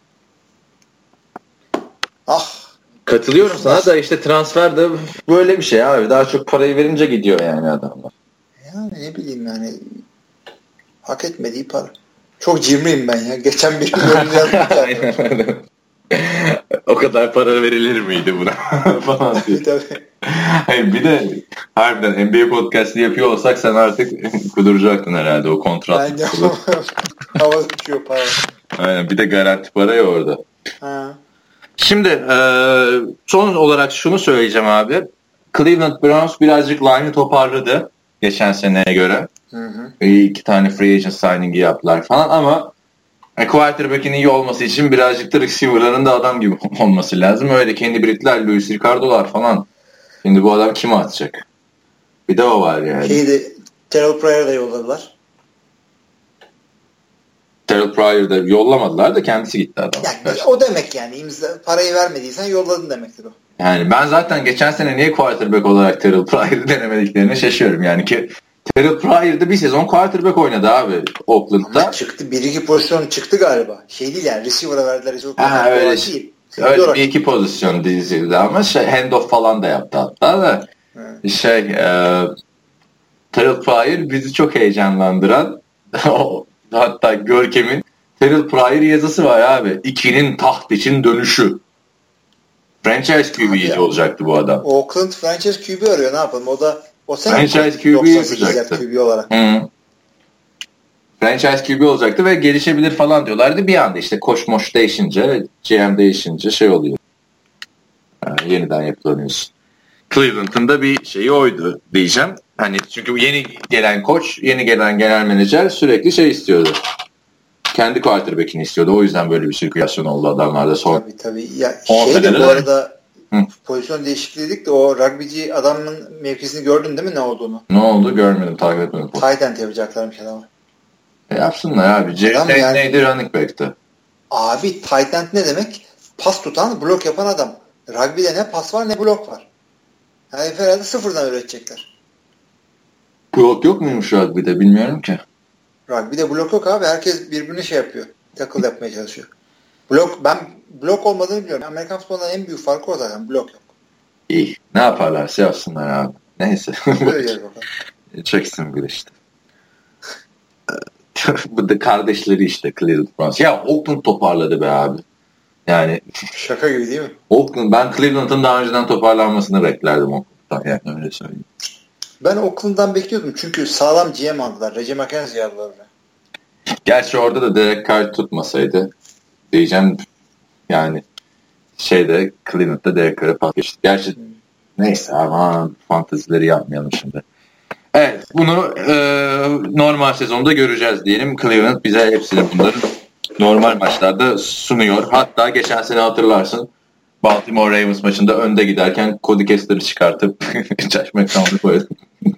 Katılıyorum sana da işte transfer de böyle bir şey abi. Daha çok parayı verince gidiyor yani adamlar. Yani ne bileyim yani. Hak etmediği para. Çok cimriyim ben ya. Geçen bir bölümde yazdım. O kadar para verilir miydi buna? falan diye. Hayır, bir de harbiden NBA podcast'ı yapıyor olsak sen artık kuduracaktın herhalde o kontrat. Bence hava uçuyor para. Aynen, bir de garanti para ya orada. Ha. Şimdi son olarak şunu söyleyeceğim abi. Cleveland Browns birazcık line'ı toparladı geçen seneye göre. Hı. 2 tane free agent signing'i yaptılar falan ama quarterback'in iyi olması için birazcık da receiver'ların da adam gibi olması lazım. Öyle Kenny Britt'ler, Luis Ricardo'lar falan. Şimdi bu adam kime atacak? Bir de o var yani. Terrell Pryor'ı da yolladılar. Terrell Pryor'da yollamadılar da kendisi gitti adam. Yani o demek yani. Parayı vermediysen yolladın demektir o. Yani ben zaten geçen sene niye quarterback olarak Terrell Pryor'ı denemediklerine şaşıyorum. Yani ki Terrell Pryor'da bir sezon quarterback oynadı abi Oakland'da. Ama çıktı. 1-2 pozisyon çıktı galiba. Değil yani. Receiver'a verdiler. Öyle değil. Öyle bir iki pozisyon dizildi ama handoff falan da yaptı hatta da. Terrell Pryor bizi çok heyecanlandıran hatta Görkem'in Terrell Pryor yazısı var abi. 2'nin taht için dönüşü. Franchise QB'ci olacaktı bu adam. Oakland franchise QB arıyor, ne yapalım? O sene franchise QB yapacaktı. QB olarak. Franchise QB olacaktı ve gelişebilir falan diyorlardı. Bir anda işte koş moş değişince, GM değişince oluyor. Yani yeniden yapılanıyorsun. Cleveland'ın da bir şeyi oydu diyeceğim. Hani çünkü yeni gelen koç, yeni gelen genel menajer sürekli istiyordu. Kendi quarterback'ini istiyordu. O yüzden böyle bir sirkülasyon oldu adamlarda sonra. Tabii. Ya bu arada pozisyon değişikliği dedik de o rugbyci adamın mevkisini gördün değil mi ne olduğunu? Ne oldu? Görmedim, takip etmedim. Tight end yapacaklarmış adamı. Yapsınlar abi. Jerry neydi? Running back'ti. Abi tight end ne demek? Pas tutan, blok yapan adam. Rugby'de ne pas var ne blok var. Yani herhalde sıfırdan üretecekler. Blok yok muymuş rugby'de? Bilmiyorum ki. Rugby'de blok yok abi. Herkes birbirini yapıyor. Tackle yapmaya çalışıyor. Ben blok olmadığını biliyorum. Amerikan futbolundan en büyük farkı o zaten. Blok yok. İyi. Ne yaparlarsa yapsınlar abi. Neyse. Böyle Çeksin bir işte. Bu da kardeşleri işte Cleveland Browns. Ya Oakland toparladı be abi. Yani şaka gibi değil mi? Oakland, ben Cleveland'ın daha önceden toparlanmasını beklerdim Oakland'dan. Yani öyle söyleyeyim. Ben Oakland'dan bekliyordum. Çünkü sağlam GM aldılar. Reggie McKenzie aldılar. Gerçi orada da Derek Carr tutmasaydı diyeceğim yani Cleveland'da Derek Carr'a pas geçti. Gerçi neyse aman fantezileri yapmayalım şimdi. Evet, bunu normal sezonda göreceğiz diyelim. Cleveland bize hepsini bunların normal maçlarda sunuyor. Hatta geçen sene hatırlarsın Baltimore Ravens maçında önde giderken Cody Kessler'ı çıkartıp Josh McCown'u koydu.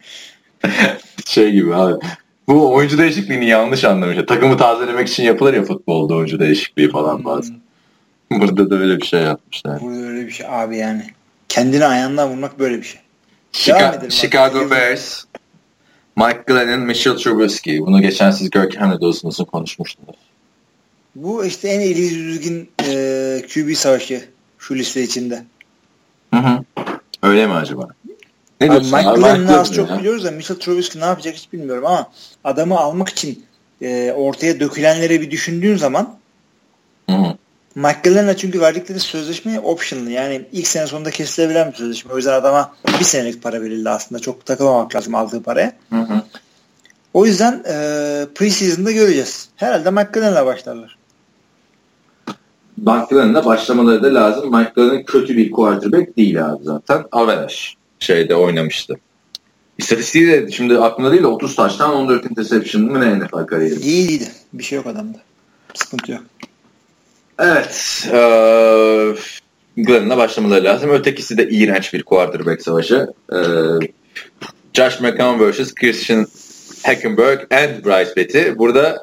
Gibi abi. Bu oyuncu değişikliğini yanlış anlamış. Takımı tazelemek için yapılır ya futbolda oyuncu değişikliği falan bazen. Burada da öyle bir şey yapmışlar. Burada öyle bir şey abi yani. Kendini ayağından vurmak böyle bir şey. Chicago Bears, Mike Glennon, Mitchell Trubisky. Bunu geçen siz Görkem'le de uzun konuşmuştunuz. Bu işte en eli düzgün QB savaşı şu liste içinde. Hı. Öyle mi acaba? Ne diyorsun? Mike Glennon'u az çok biliyoruz da Mitchell Trubisky ne yapacak hiç bilmiyorum ama adamı almak için ortaya dökülenleri bir düşündüğün zaman Mike Glennon'a çünkü verdikleri sözleşme optional, yani ilk sene sonunda kesilebilen bir sözleşme. O yüzden adama bir senelik para verildi aslında. Çok takılmamak lazım aldığı paraya. O yüzden preseason'da göreceğiz. Herhalde Mike Glennon'la başlarlar. Mike Glennon'la başlamaları da lazım. Mike Glennon kötü bir quarterback değil abi zaten. Average oynamıştı. İstatistiği de şimdi aklımda değil de 30 taştan 14 interception mı ne NFL kariyeri? İyiydi. Bir şey yok adamda. Sıkıntı yok. Evet. Glennon'la başlamaları lazım. Ötekisi de iğrenç bir quarterback savaşı. Josh McCown vs. Christian Hackenberg and Bryce Petty. Burada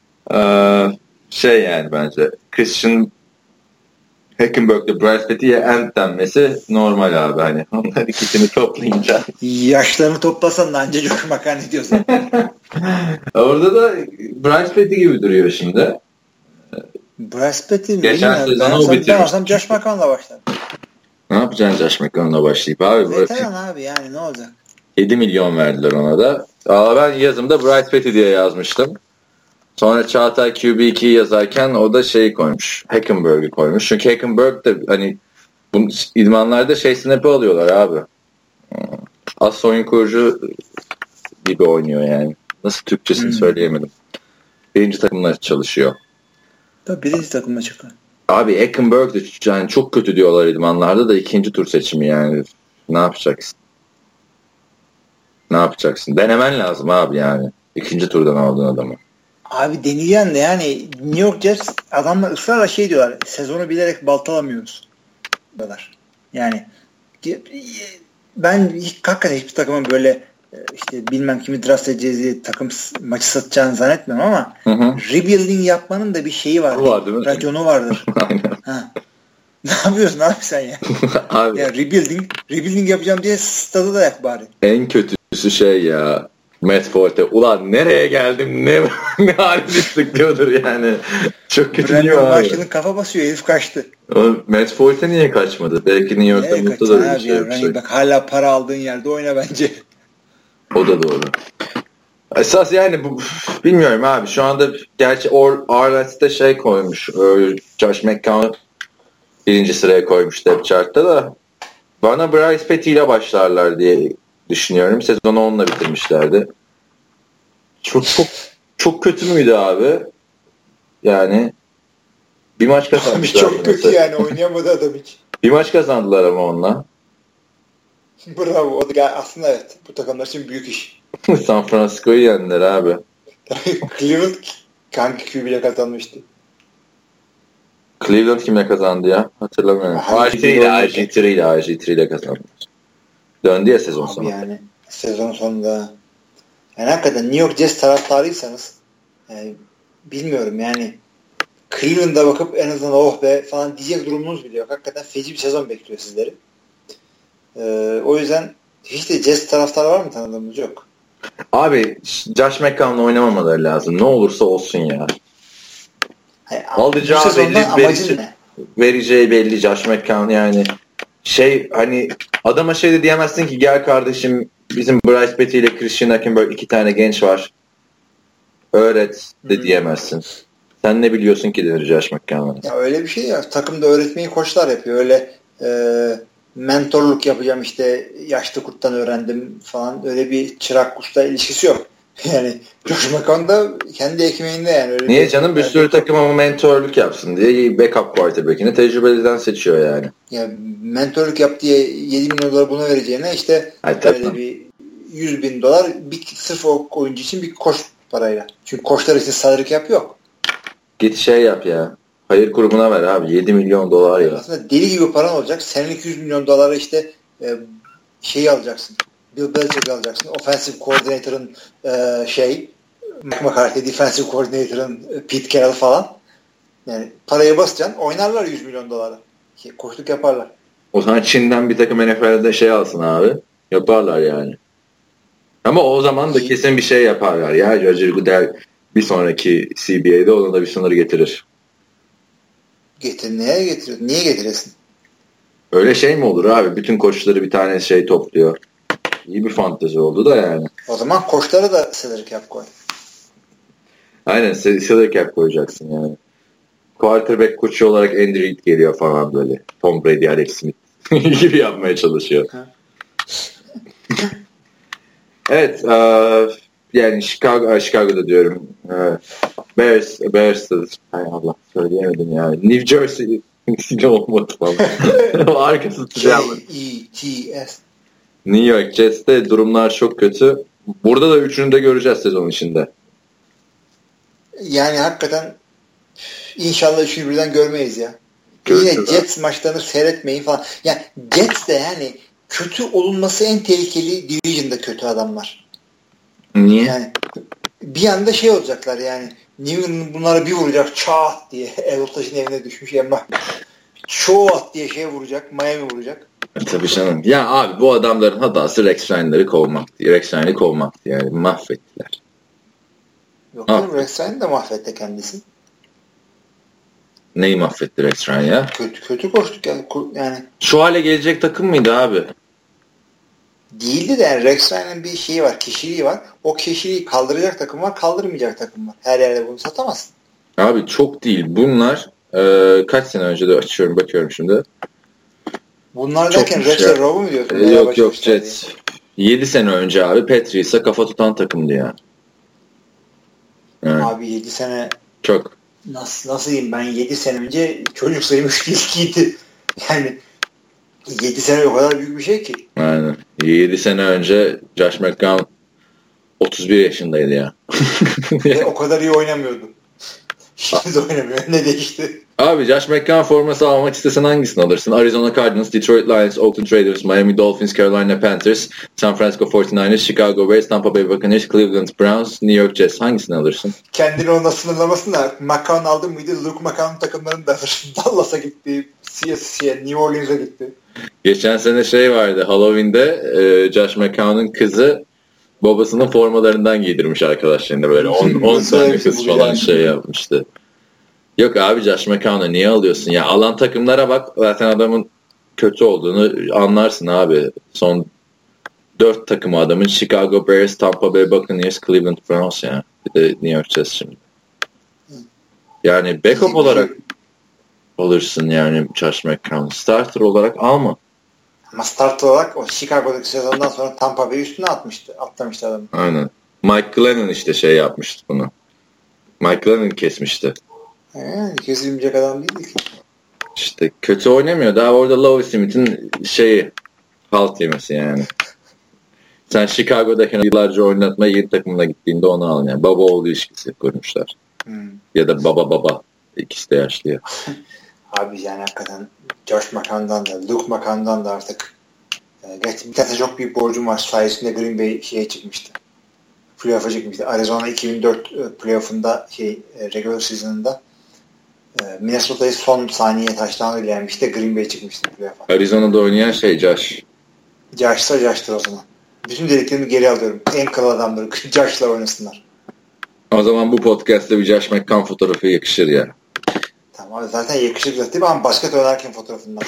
yani bence Christian Hackenberg'le Bryce Petty'ye end denmesi normal abi. Hani onlar ikisini toplayınca. Yaşlarını toplasan da anca Josh McCown ediyorsun. Orada da Bryce Petty gibi duruyor şimdi. Bryce Petty mi? Geçen sezonu o bitirmiş. Ben olsam Josh McCown'la başlar. Ne yapacaksın Josh McCown'la başlayıp abi? Veteran abi yani ne olacak? 7 milyon verdiler ona da. Ben yazımda Bryce Petty diye yazmıştım. Sonra Çağatay QB2'yi yazarken o da koymuş. Hackenberg'i koymuş. Çünkü Hackenberg de hani bu idmanlarda snap'i alıyorlar abi. As oyun kurucu gibi oynuyor yani. Nasıl Türkçesini söyleyemedim. Birinci takımla çalışıyor. Tabii birinci takımla çıkıyor. Abi Hackenberg de yani çok kötü diyorlar idmanlarda da ikinci tur seçimi yani. Ne yapacaksın? Denemen lazım abi yani. İkinci turdan aldığın adamı. Abi denilen de yani New York Jets adamlar ısrarla diyorlar. Sezonu bilerek baltalamıyoruz. Diyorlar. Yani ben hakikaten hiçbir takımın böyle bilmem kimi draft edeceğiz diye takım maçı satacağını zannetmiyorum ama rebuilding yapmanın da bir şeyi var. Raconu vardır. Aynen. Ne yapıyorsun abi sen ya? Abi. Ya rebuilding yapacağım diye stadı da yap bari. En kötüsü ya. Matt Forte. Ulan nereye geldim? Ne hale düştük diyordur yani. Çok kötü değil mi abi? Marshall'ın kafa basıyor. Herif kaçtı. Matt Forte niye kaçmadı? Belki New York'ta mutlu da bir şey. Bak hala para aldığın yerde oyna bence. O da doğru. Esas yani bilmiyorum abi. Şu anda gerçi Arlets'te koymuş. Josh McCown birinci sıraya koymuş depth chart'ta da. Bana Bryce Petty ile başlarlar diye düşünüyorum. Sezonu onunla bitirmişlerdi. Çok kötü müydü abi? Yani bir maç kazanmışlar. Çok kötü yani oynayamadı adam hiç. Bir maç kazandılar ama onunla. Bravo. O da aslında evet. Bu takımlar için büyük iş. San Francisco'yu yendiler abi. Cleveland kanki QB'yle kazanmıştı. Cleveland kimle kazandı ya? Hatırlamıyorum. RG3 ile kazandılar. Döndü ya sezon sonunda. Yani sezon sonunda. Yani hakikaten New York Jets taraftarıysanız bilmiyorum yani Cleveland'a bakıp en azından oh be falan diyecek durumunuz bile yok. Hakikaten feci bir sezon bekliyor sizleri. O yüzden hiç de Jets taraftarı var mı tanıdığımız? Yok. Abi Josh McCown'la oynamamaları lazım. Ne olursa olsun ya. Alacağı belli, vereceği belli Josh McCown yani. Hani adama de diyemezsin ki gel kardeşim bizim Bryce Petty ile Christian Hackenberg 2 tane genç var. Öğret de diyemezsin. Sen ne biliyorsun ki dedi Josh McCown'a. Ya öyle bir şey ya. Takımda öğretmeyi koçlar yapıyor. Öyle mentorluk yapacağım yaşlı kurttan öğrendim falan. Öyle bir çırak usta ilişkisi yok. Yani Josh McCown da kendi ekmeğinde yani. Öyle niye canım bir sürü takım ama mentörlük yapsın diye backup quarterback'ini tecrübeliden seçiyor yani. Ya mentörlük yap diye 7 milyon dolar buna vereceğine işte böyle bir 100 bin dolar sırf o oyuncu için bir koş parayla. Çünkü koçlar için salary cap yok. Git şey yap ya. Hayır kurumuna ver abi. 7 milyon dolar ya. Aslında deli gibi paran olacak. Senelik 100 milyon dolara işte şeyi alacaksın. Bill Belichick alacaksın. Offensive Coordinator'ın McCarthy, Defensive Coordinator'ın Pete Carroll falan. Yani parayı basacaksın. Oynarlar 100 milyon dolara. Koçluk yaparlar. O zaman Çin'den bir takım NFL'de şey alsın abi. Yaparlar yani. Ama o zaman da kesin bir şey yaparlar. Ya Roger Goodell bir sonraki CBA'de ona da bir sınır getirir. Neye getirir? Niye getiresin? Öyle şey mi olur abi? Bütün koçları bir tane şey topluyor. İyi bir fantezi oldu da yani. O zaman koçlara da salary cap koy. Aynen salary cap koyacaksın yani. Quarterback koçu olarak Andy Reid geliyor falan böyle. Tom Brady, Alex Smith gibi yapmaya çalışıyor. Evet. Yani Chicago'da diyorum. Bears'da hay Allah söyleyemedim yani. New Jersey ne olmadı falan. Arkası sıcağım. Jets. New York Jets'te durumlar çok kötü. Burada da üçünü de göreceğiz sezon içinde. Yani hakikaten inşallah üçünü birden görmeyiz ya. Yine Jets maçlarını seyretmeyin falan. Yani Jets de yani kötü olunması en tehlikeli division'da kötü adamlar. Niye? Yani bir anda şey olacaklar yani. New England bunlara bir vuracak çat diye. Eroltaş'ın evine düşmüş Emrah. Çoğat diye şey vuracak. Miami vuracak. Tabii canım. Ya abi bu adamların hatası Rex Ryan'ları kovmaktı. Rex Ryan'ı kovmaktı yani. Mahvettiler. Yok canım Rex Ryan da mahvetti kendisi. Neyi mahvetti Rex Ryan ya? Kötü koştuk yani. Şu hale gelecek takım mıydı abi? Değildi de yani Rex Ryan'ın bir şeyi var, kişiliği var. O kişiliği kaldıracak takım var, kaldırmayacak takım var. Her yerde bunu satamazsın. Abi çok değil. Bunlar kaç sene önce de açıyorum bakıyorum şimdi. Bunlar derken Rex Rowe mu diyorsun? Yok Jets. 7 sene önce abi Patriots'a kafa tutan takımdı ya. Yani. Abi 7 sene çok. Nasıl diyeyim ben 7 sene önce çocuk sayım 3-2'ydi. Yani 7 sene o kadar büyük bir şey ki. Aynen. 7 sene önce Josh McCown 31 yaşındaydı ya. Ve o kadar iyi oynamıyordu. Şimdi de oynamıyor. Ne değişti? Abi Josh McCown forması almak istesen hangisini alırsın? Arizona Cardinals, Detroit Lions, Oakland Raiders, Miami Dolphins, Carolina Panthers, San Francisco 49ers, Chicago Bears, Tampa Bay Buccaneers, Cleveland Browns, New York Jets. Hangisini alırsın? Kendini ona sınırlamasın da McCown aldı mıydı? Luke McCown takımlarını da alır. Dallas'a gitti. New Orleans'a gitti. Geçen sene şey vardı. Halloween'de Josh McCown'un kızı babasının formalarından giydirmiş arkadaşlarına böyle 10 tane kız falan yani. Şey yapmıştı. Yok abi Josh McCown'u niye alıyorsun? Ya alan takımlara bak zaten adamın kötü olduğunu anlarsın abi. Son 4 takımı adamın Chicago Bears, Tampa Bay Buccaneers, Cleveland Browns ya. Bir de New York Jets şimdi. Yani backup olarak alırsın yani Josh McCown. Starter olarak alma. Ama starter olarak o Chicago'daki sezondan sonra Tampa Bay üstüne atlamıştı adam. Aynen. Mike Glennon işte şey yapmıştı bunu. Mike Glennon kesmişti. Kesilmeyecek adam değildi ki. İşte kötü oynamıyor. Daha orada Lovie Smith'in halt yemesi yani. Sen Chicago'daki yıllarca oynatma yeni takımına gittiğinde onu al yani. Baba oğlu ilişkisi kurmuşlar. Ya da baba. İkisi de yaşlı ya. Abi yani hakikaten Josh McCown'dan da Luke McCown'dan da artık bir tane çok büyük borcum var. Sayesinde Green Bay çıkmıştı. Playoff'a çıkmıştı. Arizona 2004 playoff'unda regular season'ında Minnesota'yı son saniye taştan yenmişti. Green Bay çıkmıştı playoff'a. Arizona'da oynayan Josh. Josh'tır o zaman. Bütün dediklerimi geri alıyorum. En kral adamları Josh'la oynasınlar. O zaman bu podcast'te bir Josh McCown fotoğrafı yakışır ya. Tamam zaten yakışır değil mi? Ama basket oynarken fotoğrafından.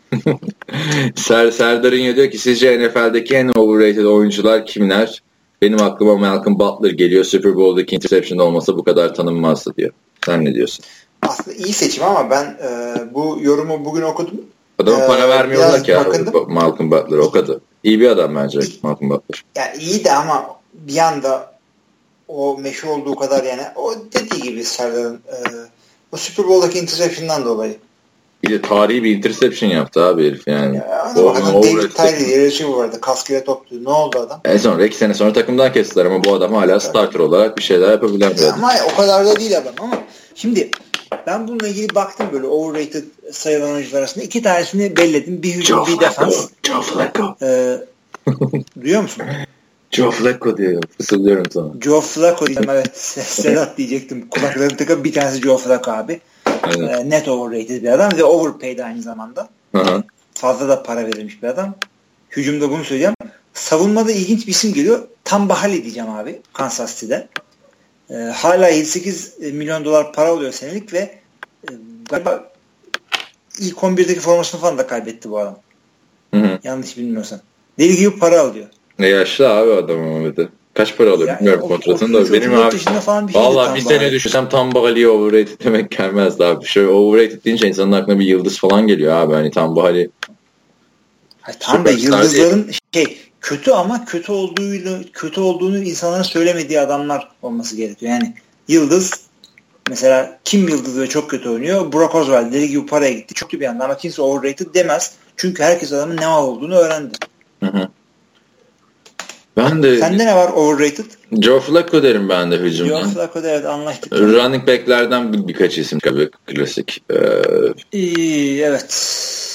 Serdar'ın diyor ki sizce NFL'deki en overrated oyuncular kimler? Benim aklıma Malcolm Butler geliyor. Super Bowl'daki interception olmasa bu kadar tanınmazdı diyor. Sen ne diyorsun? Aslında iyi seçim ama ben bu yorumu bugün okudum. Adama para vermiyorlar ki Malcolm Butler o kadar. İyi bir adam bence Malcolm Butler. Yani iyi de ama bir anda o meşhur olduğu kadar yani o dediği gibi Serdar'ın o Super Bowl'daki interception'dan dolayı. Bir de tarihi bir interception yaptı abi herif yani. Ya, adam David Tyree yarışı vardı. Kaskıyla topluyor. Ne oldu adam? Sonra 2 sene sonra takımdan kestiler ama bu adam hala starter olarak bir şeyler yapabilen bir adam. Ama o kadar da değil adam ama şimdi ben bununla ilgili baktım böyle overrated sayılan oyuncular arasında 2 tanesini belledim. Bir hücum, bir defans. Joe Flacco. Duyuyor musun? Joe Flacco diyor. Fısıldıyorum sana. Joe Flacco diyeceğim evet. Sedat diyecektim. Kulaklarını takıp bir tanesi Joe Flacco abi. Net overrated bir adam ve overpaid aynı zamanda. Hı-hı. Fazla da para verilmiş bir adam. Hücumda bunu söyleyeceğim. Savunmada ilginç bir isim geliyor. Tamba Hali diyeceğim abi. Kansas City'de. Hala 7-8 milyon dolar para alıyor senelik ve galiba ilk 11'deki formasını falan da kaybetti bu adam. Hı-hı. Yanlış bilmiyorsam. Deli gibi para alıyor. Ne yaşlı abi adam ama bir de. Kaç para alıyor bilmiyorum kontratını da. Benim abi valla bir sene düşünsem Tamba Hali'ye overrated demek gelmezdi abi. Şöyle overrated deyince insanın aklına bir yıldız falan geliyor abi. Hani Tamba Hali. Tam da yıldızların kötü ama kötü olduğunu insanların söylemediği adamlar olması gerekiyor. Yani yıldız mesela kim yıldız ve çok kötü oynuyor? Brock Osweiler deli gibi paraya gitti. Çok bir anda ama kimse overrated demez. Çünkü herkes adamın ne mal olduğunu öğrendi. Hı. Ben de sende ne var overrated? Joe Flacco derim ben de hücumda. Joe Flacco evet anlaştık. Running back'lerden birkaç isim tabii klasik. Evet.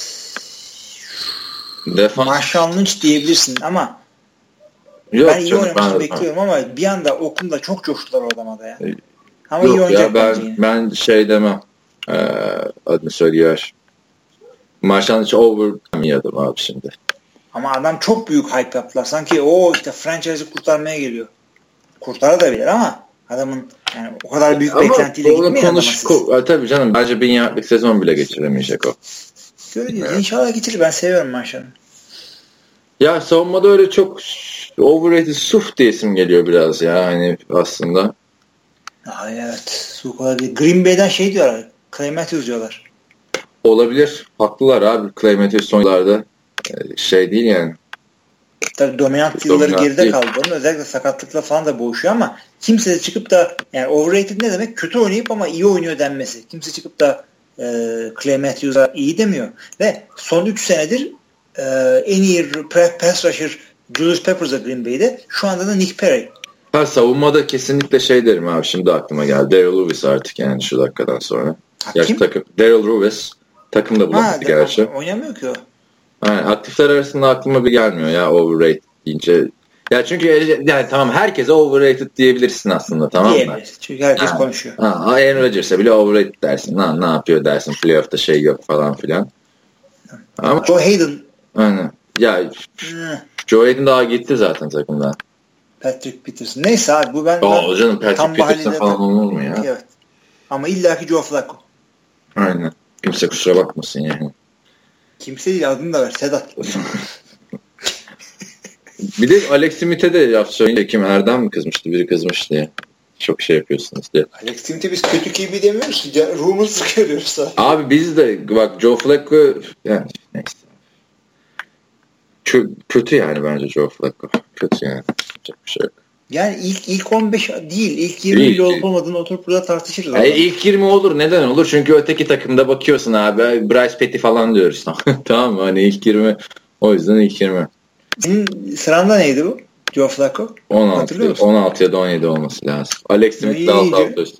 Defans. Marshall Lynch diyebilirsin ama yok, ben iyi oynamasını bekliyorum ama bir anda Oakland'da çok coştular o adamada ya. Ama yok iyi oynayacak ben şey demem. Adını söylüyor. Marshall Lynch over'lamayalım abi şimdi. Ama adam çok büyük hype yaptılar. Sanki o işte franchise'ı kurtarmaya geliyor. Kurtarabilir ama adamın yani o kadar büyük beklentiyle gitmiyor. Tabii canım. Bence 1000 yardlık sezon bile geçiremeyecek o. Görüyoruz. Evet. İnşallah geçirir. Ben seviyorum Marshall'ı. Ya savunmada öyle çok overrated suf diye isim geliyor biraz ya hani aslında. Ay evet. Suf olabilir. Green Bay'den şey diyorlar. Clay Matthews diyorlar. Olabilir. Haklılar abi. Clay Matthews son yıllarda şey değil yani. Tabii dominant yılları geride değil. Kaldı. Onun özellikle sakatlıkla falan da boğuşuyor ama kimse de çıkıp da yani overrated ne demek? Kötü oynayıp ama iyi oynuyor denmesi. Kimse çıkıp da Clay Matthews'a iyi demiyor. Ve son 3 senedir en iyi pass rusher Julius Peppers'a Green Bay'de. Şu anda da Nick Perry. Savunmada kesinlikle şey derim abi. Şimdi aklıma geldi. Daryl Lewis artık yani şu dakikadan sonra. Kim? Daryl Lewis. Takımda bulamadı gerçi. Oynamıyor ki o. Yani aktifler arasında aklıma bir gelmiyor ya overrated deyince. Ya çünkü yani tamam herkese overrated diyebilirsin aslında tamam mı? Diyebiliriz. Çünkü herkes konuşuyor. Aaron Rodgers'a bile overrated dersin. Ne yapıyor dersin. Playoff'ta şey yok falan filan. Ama Joe Hayden. Aynen. Ya Joe Hayden daha gitti zaten takımdan. Patrick Peterson. Neyse abi bu ben canım Patrick Peterson falan olur mu ya? Evet. Ama illaki Joe Flacco. Aynen. Kimse kusura bakmasın yani. Kimse değil adını da ver. Sedat. Bir de Alex Smith'e de laf söyleyince kim Erdem mi kızmıştı? Biri kızmış diye. Çok şey yapıyorsunuz diye. Alex Smith'e biz kötü gibi demiyoruz. Ruhumuzu sıkıyoruz sadece. Abi biz de bak Joe Flacco yani neyse. Kötü yani bence Joe Flacco. Kötü yani. Çok bir şey yok. Yani ilk 15 değil. İlk 20 bile olup olmadığını oturup burada tartışırız. Yani ilk 20 olur. Neden olur? Çünkü öteki takımda bakıyorsun abi. Bryce Petty falan diyoruz. Tamam mı? Hani ilk 20. O yüzden ilk 20. Senin sıranda neydi bu? Joe Flacco? 16 ya da 17 olması lazım. Alex Smith de 6 üstü.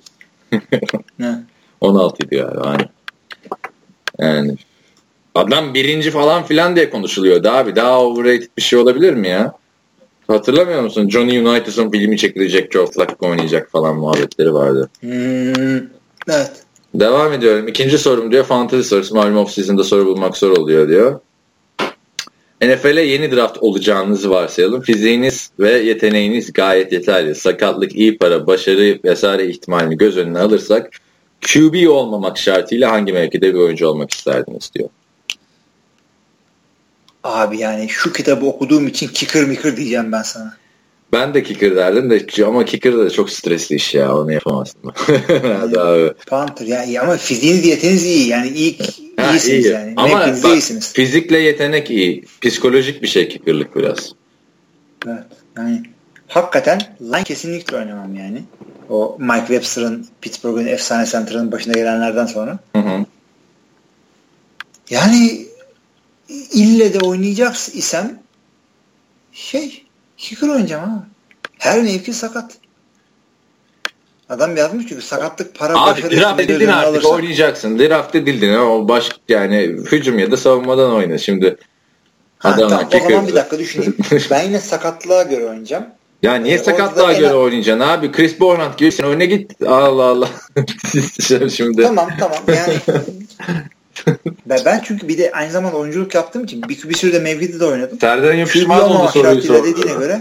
16 idi yani. Yani adam birinci falan filan diye konuşuluyordu abi. Daha overrated bir şey olabilir mi ya? Hatırlamıyor musun? Johnny Unitas'ın filmi çekilecek, Joe Flacco oynayacak falan muhabbetleri vardı. Evet. Devam ediyorum. İkinci sorum diyor. Fantasy sorusu. Malum off-season'da soru bulmak zor oluyor diyor. NFL'e yeni draft olacağınızı varsayalım. Fiziğiniz ve yeteneğiniz gayet yeterli. Sakatlık, iyi para, başarı vesaire ihtimalini göz önüne alırsak QB olmamak şartıyla hangi mevkide bir oyuncu olmak isterdiniz diyor. Abi yani şu kitabı okuduğum için kicker diyeceğim ben sana. Ben de kicker derdim de ama kicker de çok stresli iş ya. Onu yapamazsın. Panther yani ama fiziğiniz yeteneğiniz iyi. Yani iyisiniz iyi. Yani. Ama bak, iyisiniz. Fizikle yetenek iyi. Psikolojik bir şey kickerlık biraz. Evet. Yani hakikaten line kesinlikle oynamam yani. O Mike Webster'ın Pittsburgh'un efsane center'ının başına gelenlerden sonra. Hı. Yani ille de oynayacak isem kicker oynayacağım abi. Her mevki sakat. Adam yazmış çünkü sakatlık para abi draft edildin artık alırsan, oynayacaksın. Draft edildin o yani hücum ya da savunmadan oyna şimdi. Tamam, o zaman bir dakika düşüneyim. Ben yine sakatlığa göre oynayacağım. Ya niye sakatlığa göre oynayacaksın abi? Chris Borland gibi sen oyuna git. Allah Allah. Şimdi. Tamam yani. Ben çünkü bir de aynı zamanda oyunculuk yaptığım için bir sürü de mevkide de oynadım. Serdar'ın yapışmaz oldu soruyu sor. Dediğine göre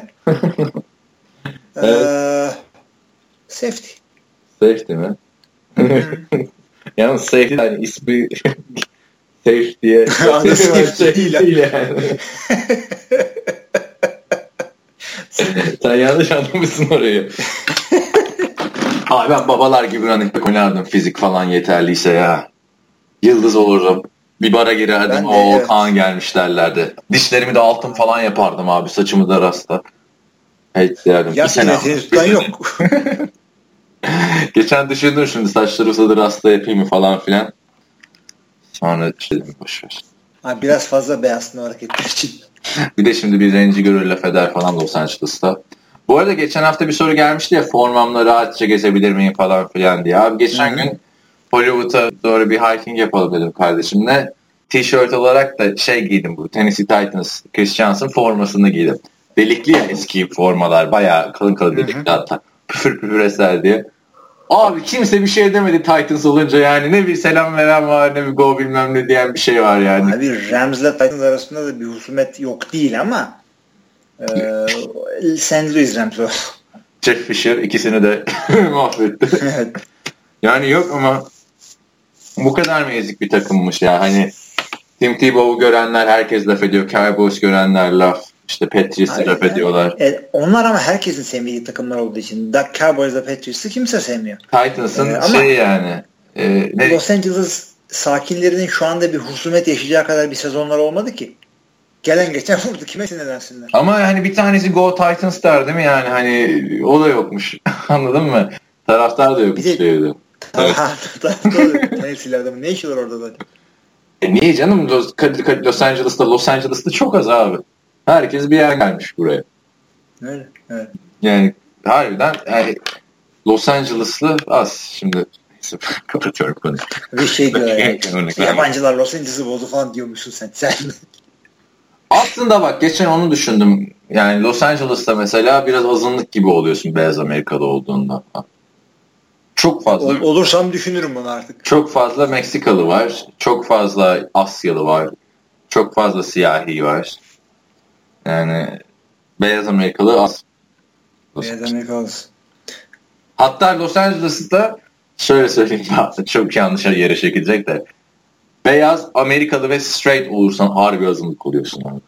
safety. Safety mi? Yalnız safety yani ismi safe diye. Safety değil yani. Sen yanlış anlamışsın orayı. Abi ben babalar gibi running back oynardım. Fizik falan yeterliyse ya. Yıldız olurdum. Bir bara girerdim. Evet. Kaan gelmiş derlerdi. Dişlerimi de altın falan yapardım abi. Saçımı da rasta. Evet derdim. Ya seni yok. Geçen düşündüm şimdi saçları uzadı rasta yapayım mı falan filan. Sonra dedim boşver. Abi biraz fazla beyazsın hareketler için. Bir de şimdi bir renci görür laf eder falan Los Angeles'ta. Bu arada geçen hafta bir soru gelmişti ya formamla rahatça gezebilir miyim falan filan diye. Abi geçen gün Hollywood'a doğru bir hiking yapalım dedim kardeşimle. T-shirt olarak da giydim bu Tennessee Titans Chris Johnson formasını giydim. Delikli ya eski formalar bayağı kalın delikli hatta püfür eser diye. Abi kimse bir şey demedi Titans olunca yani ne bir selam veren var ne bir go bilmem ne diyen bir şey var yani. Abi Rams'la Titans arasında da bir husumet yok değil ama St. Louis Rams o. Jeff Fisher ikisini de mahvetti. Evet. Yani yok ama bu kadar mı ezik bir takımmış ya hani Tim Tebow'u görenler herkes laf ediyor. Cowboys görenler laf. İşte Patriots'ı laf ediyorlar. Onlar ama herkesin sevmediği takımlar olduğu için Cowboys'la Patriots'ı kimse sevmiyor. Titans'ın yani. Los Angeles sakinlerinin şu anda bir husumet yaşayacağı kadar bir sezonlar olmadı ki. Gelen geçen vurdu. Kime sinirlensinler? Ama hani bir tanesi Go Titans der değil mi yani? Hani o da yokmuş. Anladın mı? Taraftar da yokmuş diyordu. Taraftar da yok. Tennessee'li adamın ne işi var orada zaten? Niye canım? Los Angeles'ta çok az abi. Herkes bir yer gelmiş buraya. Öyle. Evet. Yani harbiden Los Angeles'lı az. Şimdi kapatıyorum konuyu. Bir diyor yani. Yabancılar Los Angeles'ı bozdu falan diyormuşsun sen. Aslında bak geçen onu düşündüm. Yani Los Angeles'ta mesela biraz azınlık gibi oluyorsun beyaz Amerika'da olduğunda. Çok fazla. Olursam düşünürüm bunu artık. Çok fazla Meksikalı var. Çok fazla Asyalı var. Çok fazla siyahi var. Yani beyaz Amerikalı az. Beyaz Amerikalı az. Hatta Los Angeles'ta şöyle söyleyeyim çok yanlış yere çekilecek de beyaz Amerikalı ve straight olursan harbi azınlık oluyorsun abi.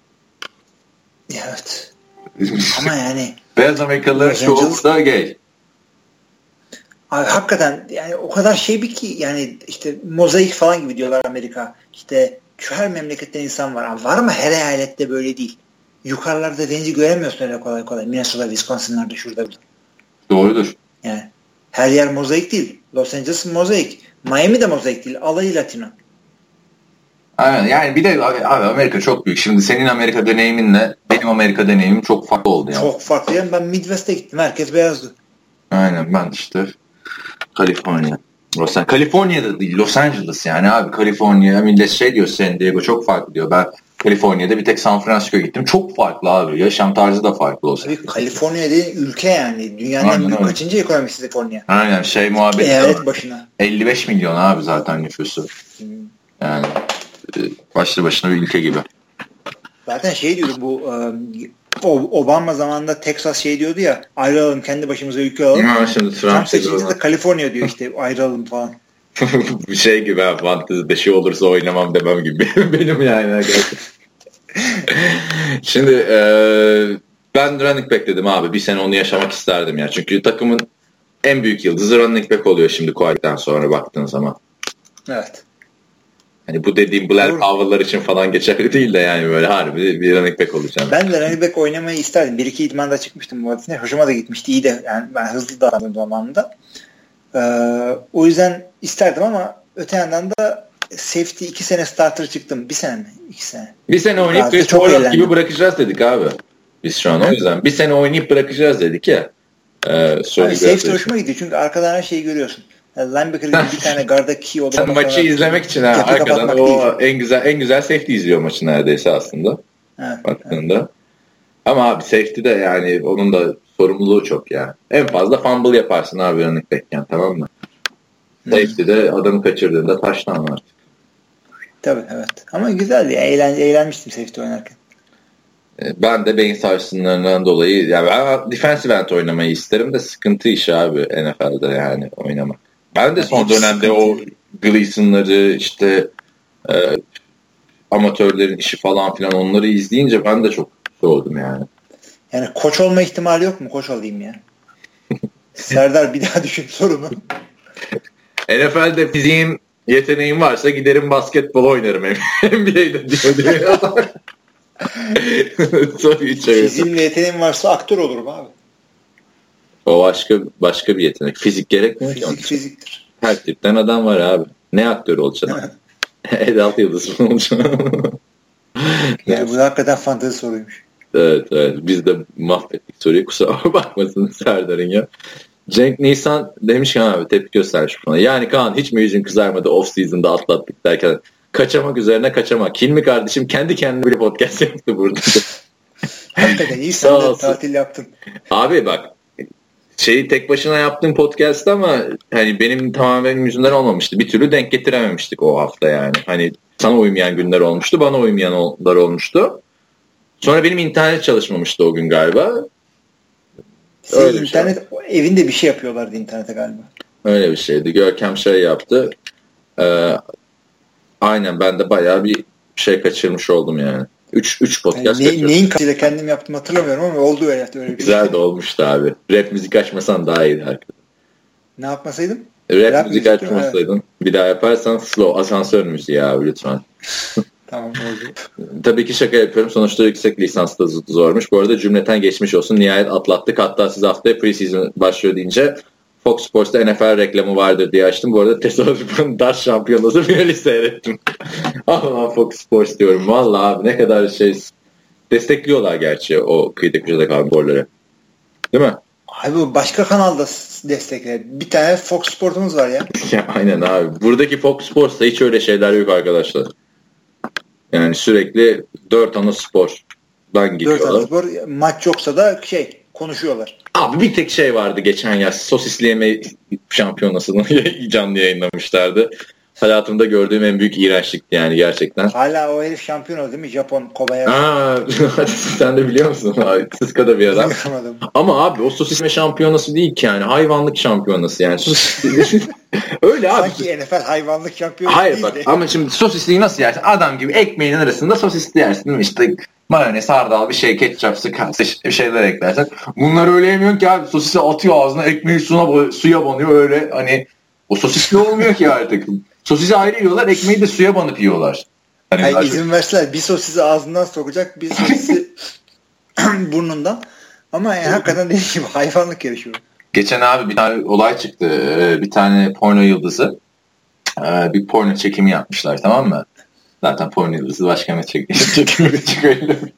Evet. Ama yani beyaz Amerikalı çoğu da gay. Abi hakikaten yani o kadar bir ki yani işte mozaik falan gibi diyorlar Amerika. İşte şu her memleketten insan var. Abi var mı her eyalette böyle değil. Yukarılarda zenci göremiyorsun öyle kolay. Minnesota, Wisconsin'larda şurada. Doğrudur. Yani her yer mozaik değil. Los Angeles mozaik. Miami de mozaik değil. Alayı Latino. Aynen yani bir de abi Amerika çok büyük. Şimdi senin Amerika deneyiminle benim Amerika deneyimim çok farklı oldu yani. Çok farklı. Yani ben Midwest'e gittim. Herkes beyazdı. Aynen ben işte Kaliforniya. Kaliforniya'da değil Los Angeles yani abi Kaliforniya millet diyor San Diego çok farklı diyor. Ben Kaliforniya'da bir tek San Francisco'ya gittim. Çok farklı abi. Yaşam tarzı da farklı olsa. Abi Kaliforniya değil ülke yani. Dünyanın en büyük kaçıncı ekonomisi Kaliforniya? Aynen muhabbet. Eyalet başına. 55 milyon abi zaten nüfusu. Yani başlı başına bir ülke gibi. Zaten diyordu bu Obama zamanında Texas diyordu ya ayrılalım kendi başımıza ülke alalım. Şimdi Trump seçince de Kaliforniya diyor işte ayrılalım falan. Bir gibi abi fantezide olursa oynamam demem gibi benim yani. Şimdi ben running back dedim abi bir sene onu yaşamak isterdim ya. Çünkü takımın en büyük yıldızı running back oluyor şimdi Kouak'tan sonra baktığın zaman. Evet. Hani bu dediğim Blair Powell'lar için falan geçerli değil de yani böyle harbi bir running back olacağım. Ben de running back oynamayı isterdim. Bir iki idmanda çıkmıştım bu hadisine. Hoşuma da gitmişti. İyi de yani ben hızlı davrandım zamanında. O yüzden isterdim ama öte yandan da safety 2 sene starter çıktım. 1 sene mi? 2 sene. 1 sene oynayıp Chris Borland gibi bırakacağız dedik abi. Biz şu an o yüzden. 1 sene oynayıp bırakacağız dedik ya. Safety hoşuma gidiyor çünkü arkadan her şeyi görüyorsun. Yani linebacker'ın bir tane garda key olur. Maçı izlemek için arkadan o en güzel safety izliyor maçı neredeyse aslında. Evet, baktığında. Evet. Ama abi safety de yani onun da sorumluluğu çok ya. En fazla fumble yaparsın abi running back'ken, tamam mı? Safety de adamı kaçırdığında taştan artık. Tabii evet. Ama güzel ya. Eğlenmiştim safety oynarken. Ben de beyin sarsınlarından dolayı yani ben defensive end oynamayı isterim de sıkıntı işi abi NFL'de yani oynamak. Ben de son dönemde o Gleason'ları işte amatörlerin işi falan filan onları izleyince ben de çok soğudum yani. Yani koç olma ihtimali yok mu? Koç olayım ya. Serdar bir daha düşün sorunu. NFL'de fiziğim, yeteneğim varsa giderim basketbol oynarım NBA'de diyor. Fiziğimle yeteneğim varsa aktör olurum abi. O başka bir yetenek. Fizik gerekmiyor ki. Fiziktir. Her tipten adam var abi. Ne aktör olacaksın? Edal Yıldız mı olacaksın? Yani bu hakikaten fantezi soruymuş. Evet. Biz de mahvettik soruyu. Kusura bakmasın Serdar'ın ya. Cenk Nisan demiş ki abi tepki göstermiş bana. Yani Kaan hiç mi yüzün kızarmadı off season'da atlattık derken kaçamak üzerine kaçamak. Hilmi kardeşim kendi kendine bir podcast yaptı burada. Hakikaten iyi sen de tatil yaptın. Abi bak tek başına yaptığım podcast ama hani benim tamamen yüzümden olmamıştı. Bir türlü denk getirememiştik o hafta yani. Hani sana uymayan günler olmuştu, bana uymayanlar olmuştu. Sonra benim internet çalışmamıştı o gün galiba. Senin internet evinde bir şey yapıyorlardı internete galiba. Öyle bir şeydi. Görkem yaptı. Aynen ben de bayağı bir şey kaçırmış oldum yani. 3 podcast kaçırdım. Neyin kaçıyla kendim yaptım hatırlamıyorum ama oldu öyle bir şey. Güzel de olmuştu abi. Rap müzik açmasan daha iyiydi herkes. Ne yapmasaydım? Rap müzik açmasaydın. Evet. Bir daha yaparsan slow asansör müziği abi lütfen. Tamam oldu. Tabii ki şaka yapıyorum. Sonuçta yüksek lisans da zormuş. Bu arada cümleten geçmiş olsun. Nihayet atlattık. Hatta siz haftaya preseason başlıyor deyince Fox Sports'ta NFL reklamı vardır diye açtım. Bu arada tesadüfen Dart şampiyonası finali seyrettim. Allah Fox Sports diyorum. Vallahi abi ne kadar destekliyorlar gerçi o kıyıda köşede kalan golleri. Değil mi? Abi başka kanalda destekler. Bir tane Fox Sports'umuz var ya. Ya aynen abi. Buradaki Fox Sports'ta hiç öyle şeyler yok arkadaşlar. Yani sürekli 4 ana spordan gidiyorlar. 4 ana spor. Maç yoksa da konuşuyorlar. Abi bir tek şey vardı geçen yaz. Sosisli yeme şampiyonasını canlı yayınlamışlardı. Hayatımda gördüğüm en büyük iğrençlikti yani gerçekten. Hala o herif şampiyon oldu değil mi? Japon Kobayashi. Sen de biliyor musun? Sıskada bir adam. Ama abi o sosisli şampiyonası değil ki yani. Hayvanlık şampiyonası yani. Öyle abi. Sanki NFL hayvanlık şampiyonası hayır, değil bak, de. Ama şimdi sosisliği nasıl yersin? Adam gibi ekmeğin arasında sosisli yersin değil mi? İşte mayonez, hardal, bir şey, ketçap, bir şeyler eklersen. Bunlar öyle yemiyor ki abi. Sosisi atıyor ağzına, ekmeği suya banıyor öyle. Hani o sosisli olmuyor ki artık. Sosisi ayrı yiyorlar, ekmeği de suya banıp yiyorlar. Hani izin verseler bir sosisi ağzından sokacak, bir sosisi burnundan. Ama yani hakikaten dediğim gibi hayvanlık yarışıyor. Geçen abi bir tane olay çıktı. Bir tane porno yıldızı bir porno çekimi yapmışlar, tamam mı? Zaten porno yıldızı başka ne çekimi çıkıyor.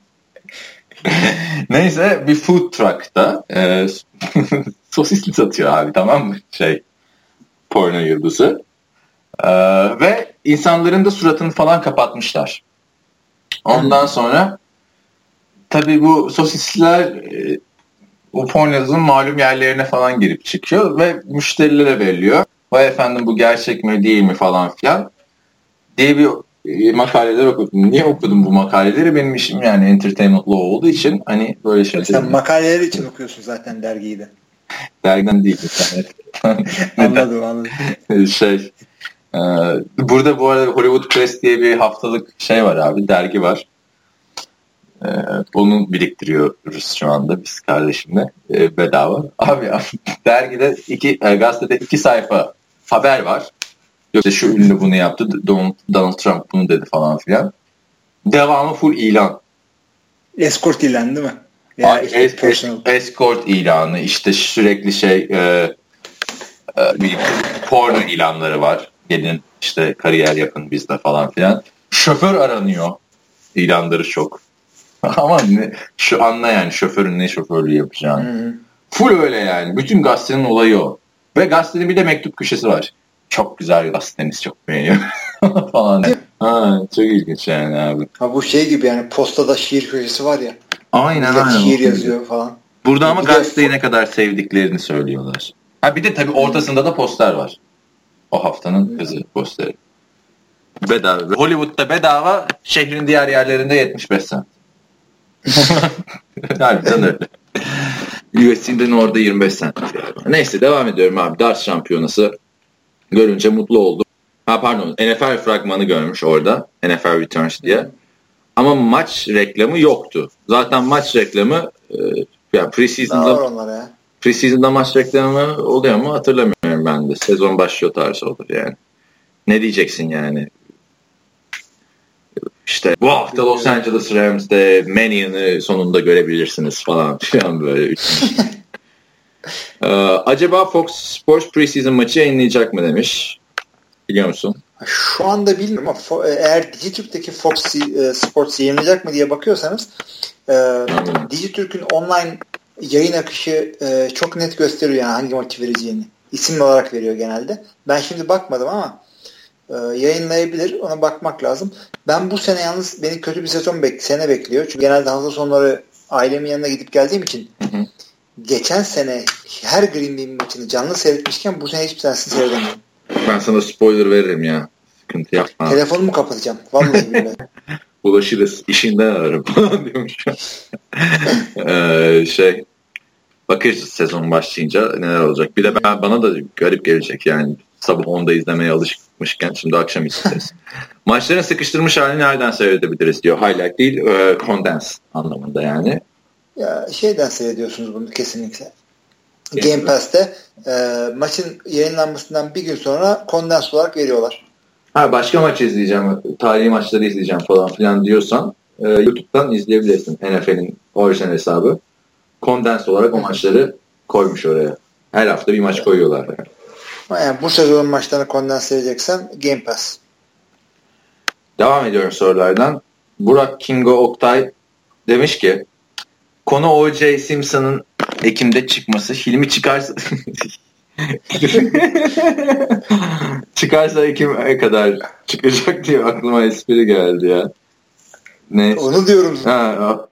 Neyse bir food truck'ta sosisli satıyor abi, tamam mı? Porno yıldızı. Ve insanların da suratını falan kapatmışlar. Ondan sonra tabii bu sosisler o porno yıldızının malum yerlerine falan girip çıkıyor ve müşterilere veriliyor. Vay efendim bu gerçek mi değil mi falan filan diye bir makaleler okudum. Niye okudum bu makaleleri? Benim işim yani entertainment law olduğu için hani böyle şeyler. Sen makaleleri için okuyorsun zaten dergiyi de. Dergiden değil. Anladım. Burada bu arada Hollywood Press diye bir haftalık var abi, dergi var. Onu biriktiriyoruz şu anda biz kardeşimle bedava. Abi dergide gazetede 2 sayfa haber var. Yoksa şu ünlü bunu yaptı, Donald Trump bunu dedi falan filan. Devamı full ilan. Escort ilan değil mi? Escort ilanı, işte sürekli bir porno ilanları var. Gelin işte kariyer yapın bizde falan filan. Şoför aranıyor. İlanları çok. Ama şu anla yani şoförün ne şoförlüğü yapacağını. Hı-hı. Full öyle yani. Bütün gazetenin olayı o. Ve gazetenin bir de mektup köşesi var. Çok güzel gazeteniz, çok beğeniyor falan. Ha, çok ilginç yani abi. Ha, bu şey gibi yani postada şiir köşesi var ya. Aynen. Şiir yazıyor falan. Burada ama gazeteyi ne kadar sevdiklerini söylüyorlar. Ha bir de tabii ortasında da poster var. O haftanın kızı posteri. Bedava. Hollywood'da bedava, şehrin diğer yerlerinde 75 cent. Harbiden öyle. USC'den orada 25 cent. Neyse devam ediyorum abi. Darts şampiyonası görünce mutlu oldum. NFL fragmanı görmüş orada. NFL Returns diye. Ama maç reklamı yoktu. Zaten maç reklamı yani preseason'da maç reklamı oluyor mu hatırlamıyorum ben de. Sezon başlıyor tarzı olur yani. Ne diyeceksin yani? İşte bu hafta Los Angeles Rams'de Mannion'ı sonunda görebilirsiniz falan filan böyle. Acaba Fox Sports preseason maçı yayınlayacak mı demiş. Biliyor musun? Şu anda bilmiyorum ama eğer Dijitürk'teki Fox Sports yayınlayacak mı diye bakıyorsanız Dijitürk'ün online yayın akışı çok net gösteriyor yani hangi maçı vereceğini. İsim olarak veriyor genelde. Ben şimdi bakmadım ama yayınlayabilir. Ona bakmak lazım. Ben bu sene yalnız beni kötü bir sene bekliyor. Çünkü genelde hafta sonları ailemin yanına gidip geldiğim için geçen sene her Green Bay maçını canlı seyretmişken bu sene hiçbir tanesini seyredemiyorum. Ben sana spoiler veririm ya. Sıkıntı yapma. Telefonumu kapatacağım. Vallahi billahi. Ulaşırız. İşinden ararım falan diyormuş. Bakacağız sezon başlayınca neler olacak. Bir de bana da garip gelecek yani. Sabah 10'da izlemeye alışmışken şimdi akşam izleyeceğiz. Maçların sıkıştırmış halini nereden seyredebiliriz diyor. Highlight değil, condense anlamında yani. Ya şeyden seyrediyorsunuz bunu kesinlikle. Game Pass'te maçın yayınlanmasından bir gün sonra kondens olarak veriyorlar. Başka maç izleyeceğim, tarihi maçları izleyeceğim falan filan diyorsan YouTube'dan izleyebilirsin. NFL'in orijinal hesabı. Kondens olarak o maçları koymuş oraya. Her hafta bir maç koyuyorlar. Yani bu sezonun maçlarını kondens edeceksen Game Pass. Devam ediyorum sorulardan. Burak Kingo Oktay demiş ki konu O.J. Simpson'ın Ekim'de çıkması. Hilmi çıkarsa çıkarsa Ekim'e kadar çıkacak diye aklıma espri geldi ya. Ne? Onu diyorum. Ha.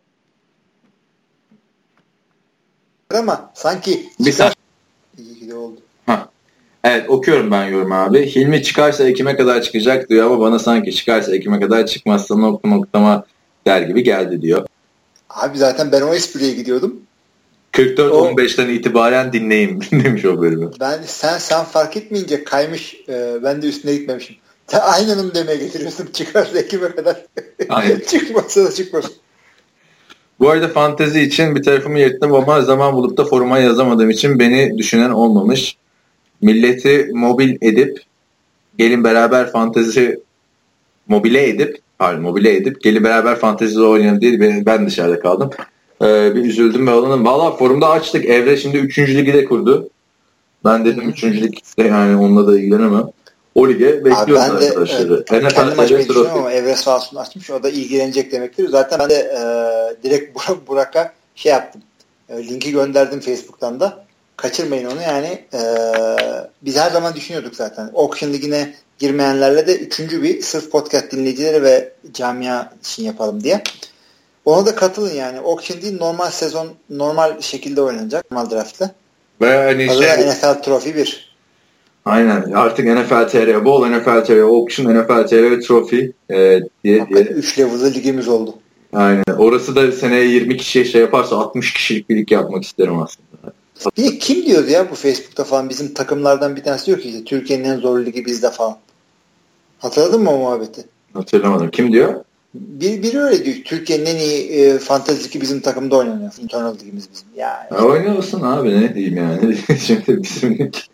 Ama sanki çıkar. İyi ki de oldu. Evet okuyorum ben yorum abi. Hilmi çıkarsa Ekim'e kadar çıkacak diyor ama bana sanki çıkarsa Ekim'e kadar çıkmazsa noktama der gibi geldi diyor. Abi zaten ben o espriye gidiyordum. 44-15'ten itibaren dinleyin demiş o bölümü. Sen fark etmeyince kaymış, ben de üstüne gitmemişim. Aynen onu demeye getiriyorsun. Çıkarsa Ekim'e kadar. Çıkmazsa da çıkmasın. Bu arada fantezi için bir tarafımı yırttım ama zaman bulup da foruma yazamadığım için beni düşünen olmamış. Milleti mobile edip gelin beraber mobile edip gelin beraber fantezi oynayalım diye ben dışarıda kaldım. Bir üzüldüm ve olanım. Valla forumda açtık. Evre şimdi 3. ligi de kurdu. Ben dedim 3. ligde yani onunla da ilgilenemem. O lige bekliyoruz arkadaşları. Kendim açmayı düşünüyorum ama Evre sağ olsun açmış. O da ilgilenecek demektir. Zaten ben de direkt Burak'a şey yaptım. Linki gönderdim Facebook'tan da. Kaçırmayın onu yani. Biz her zaman düşünüyorduk zaten. Auction Ligi'ne girmeyenlerle de 3. bir sırf podcast dinleyicileri ve camia için yapalım diye. Ona da katılın yani. Auction değil, normal sezon normal şekilde oynanacak. Normal draft'la. Ve hani NFL Trophy 1. Aynen. Artık NFL TR, bol NFL TR, Auction, NFL TR, Trophy diye. 3 level'lı ligimiz oldu. Aynen. Orası da seneye 20 kişiye şey yaparsa 60 kişilik bir lig yapmak isterim aslında. Bir kim diyordu ya bu Facebook'ta falan, bizim takımlardan bir tanesi diyor ki işte, Türkiye'nin en zor ligi bizde falan. Hatırladın mı o muhabbeti? Hatırlamadım. Kim diyor? Biri öyle diyor. Türkiye'nin en iyi fantasy ligi bizim takımda oynanıyor. Internal ligimiz bizim. Ya oynasın abi, ne diyeyim yani. Şimdi bizim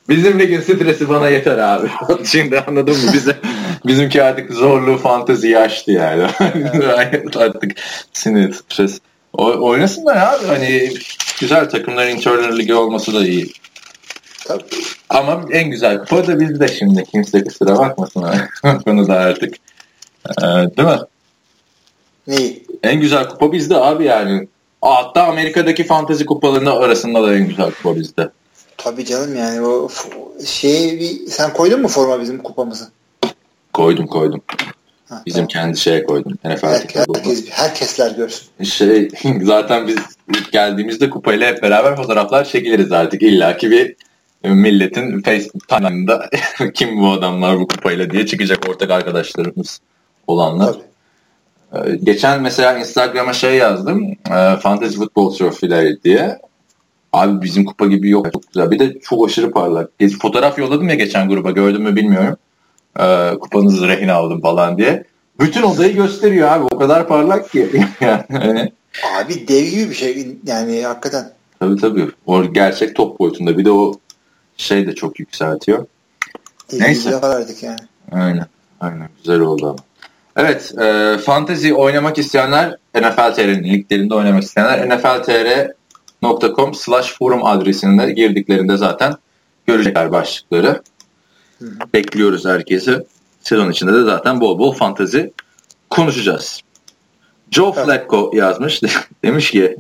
Bizim ligin stresi bana yeter abi. Şimdi anladın mı? Bizimki artık zorluğu fanteziyi aştı yani. Artık sinir, stres. Oynasınlar abi. Hani güzel takımların Internal Ligi olması da iyi. Tabii. Ama en güzel kupa da bizde şimdi. Kimse kusura bakmasın abi. Konuda artık. Değil mi? Neyi? En güzel kupa bizde abi yani. Hatta Amerika'daki fantezi kupalarının arasında da en güzel kupa bizde. Tabii canım yani o sen koydun mu forma bizim kupamızı? Koydum. Bizim kendi şeye koydum. Herkesler görsün. Zaten biz ilk geldiğimizde kupayla hep beraber fotoğraflar çekiliriz artık. İlla ki bir milletin Facebook timeline'ında kim bu adamlar bu kupayla diye çıkacak ortak arkadaşlarımız olanlar. Tabii. Geçen mesela Instagram'a yazdım. Fantasy Football Trophy'ler diye. Abi bizim kupa gibi yok. Çok güzel. Bir de çok aşırı parlak. Fotoğraf yolladım ya geçen gruba. Gördün mü bilmiyorum. Kupanızı rehin aldım falan diye. Bütün odayı gösteriyor abi. O kadar parlak ki. Yani. Abi dev gibi bir şey. Yani hakikaten. Tabii. O gerçek top boyutunda. Bir de o de çok yükseltiyor. Neyse. Verdik yani. Aynen. Güzel oldu ama. Evet. Fantezi oynamak isteyenler NFL TR'nin liglerinde oynamak isteyenler nfltr.com/forum adresine girdiklerinde zaten görecekler başlıkları. Bekliyoruz herkesi. Sezon içinde de zaten bol bol fantezi konuşacağız. Joe Flacco yazmış. Demiş ki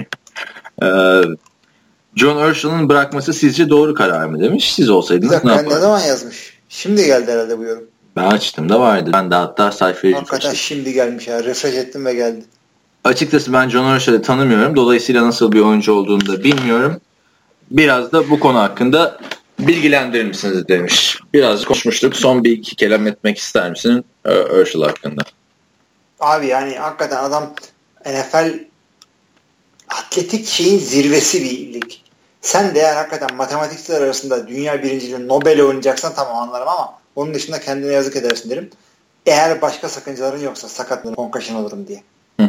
John Urschel'ın bırakması sizce doğru karar mı demiş. Siz olsaydınız ne yapardınız? Ne zaman yazmış? Şimdi geldi herhalde bu yorum. Ben açtım da vardı. Ben de hatta sayfayı hakikaten şimdi gelmiş ya. Refresh ettim ve geldi. Açıkçası ben John Urschel'i tanımıyorum. Dolayısıyla nasıl bir oyuncu olduğunu da bilmiyorum. Biraz da bu konu hakkında bilgilendirir misiniz demiş. Biraz konuşmuştuk. Son bir iki kelam etmek ister misin Urschel hakkında? Abi yani hakikaten adam NFL atletik şeyin zirvesi bir lig. Sen de eğer hakikaten matematikçiler arasında dünya birinciliği Nobel'e oynayacaksan tamam anlarım ama onun dışında kendine yazık edersin derim. Eğer başka sakıncaların yoksa sakatlığın concussion olurum diye.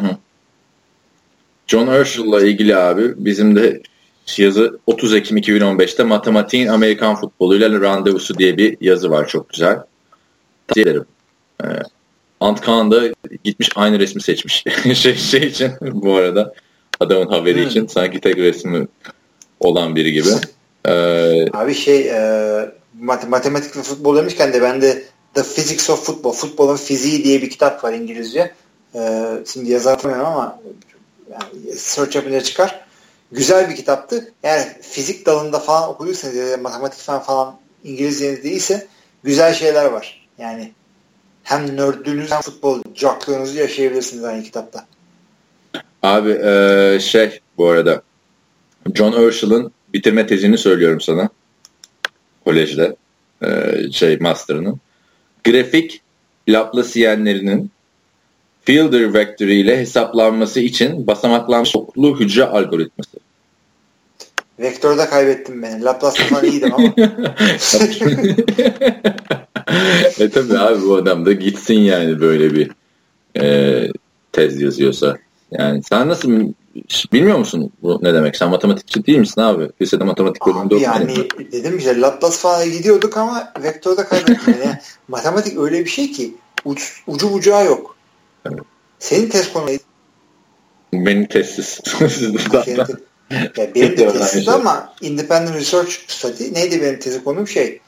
John Urschel'la ilgili abi bizim de yazı 30 Ekim 2015'te Matematiğin Amerikan Futboluyla Randevusu diye bir yazı var. Çok güzel. Tavsiye ederim. Ant Kaan da gitmiş aynı resmi seçmiş. şey için bu arada adamın haberi için sanki tek resmi olan biri gibi. Abi matematik ve futbol demişken de bende The Physics of Football, futbolun fiziği diye bir kitap var İngilizce. Şimdi yazamıyorum ama yani search yapınca çıkar. Güzel bir kitaptı. Yani fizik dalında falan okuduysanız ya matematik falan İngilizceniz değilse güzel şeyler var. Yani hem nerdlüğünüz hem futbol jocklığınızı yaşayabilirsiniz aynı kitapta. Abi bu arada John Urschel'ın bitirme tezini söylüyorum sana. Kolejde master'ının. Grafik Laplacienlerinin Fielder vektörü ile hesaplanması için basamaklanmış çoklu hücre algoritması. Vektörde kaybettim beni. Laplace falan iyiydim ama. Tabii abi bu adam da gitsin yani böyle bir tez yazıyorsa. Yani sen nasıl bilmiyor musun bu ne demek? Sen matematikçi değil misin abi? Lisede matematik bölümünde okudun. Yani dedim işte Laplace falan gidiyorduk ama vektörde kaybettim. Yani matematik öyle bir şey ki ucu bucağı yok. Evet. Senin test konu neydi? Benim testsiz. Benim de testsiz ama Independent Research Study neydi benim tezi konum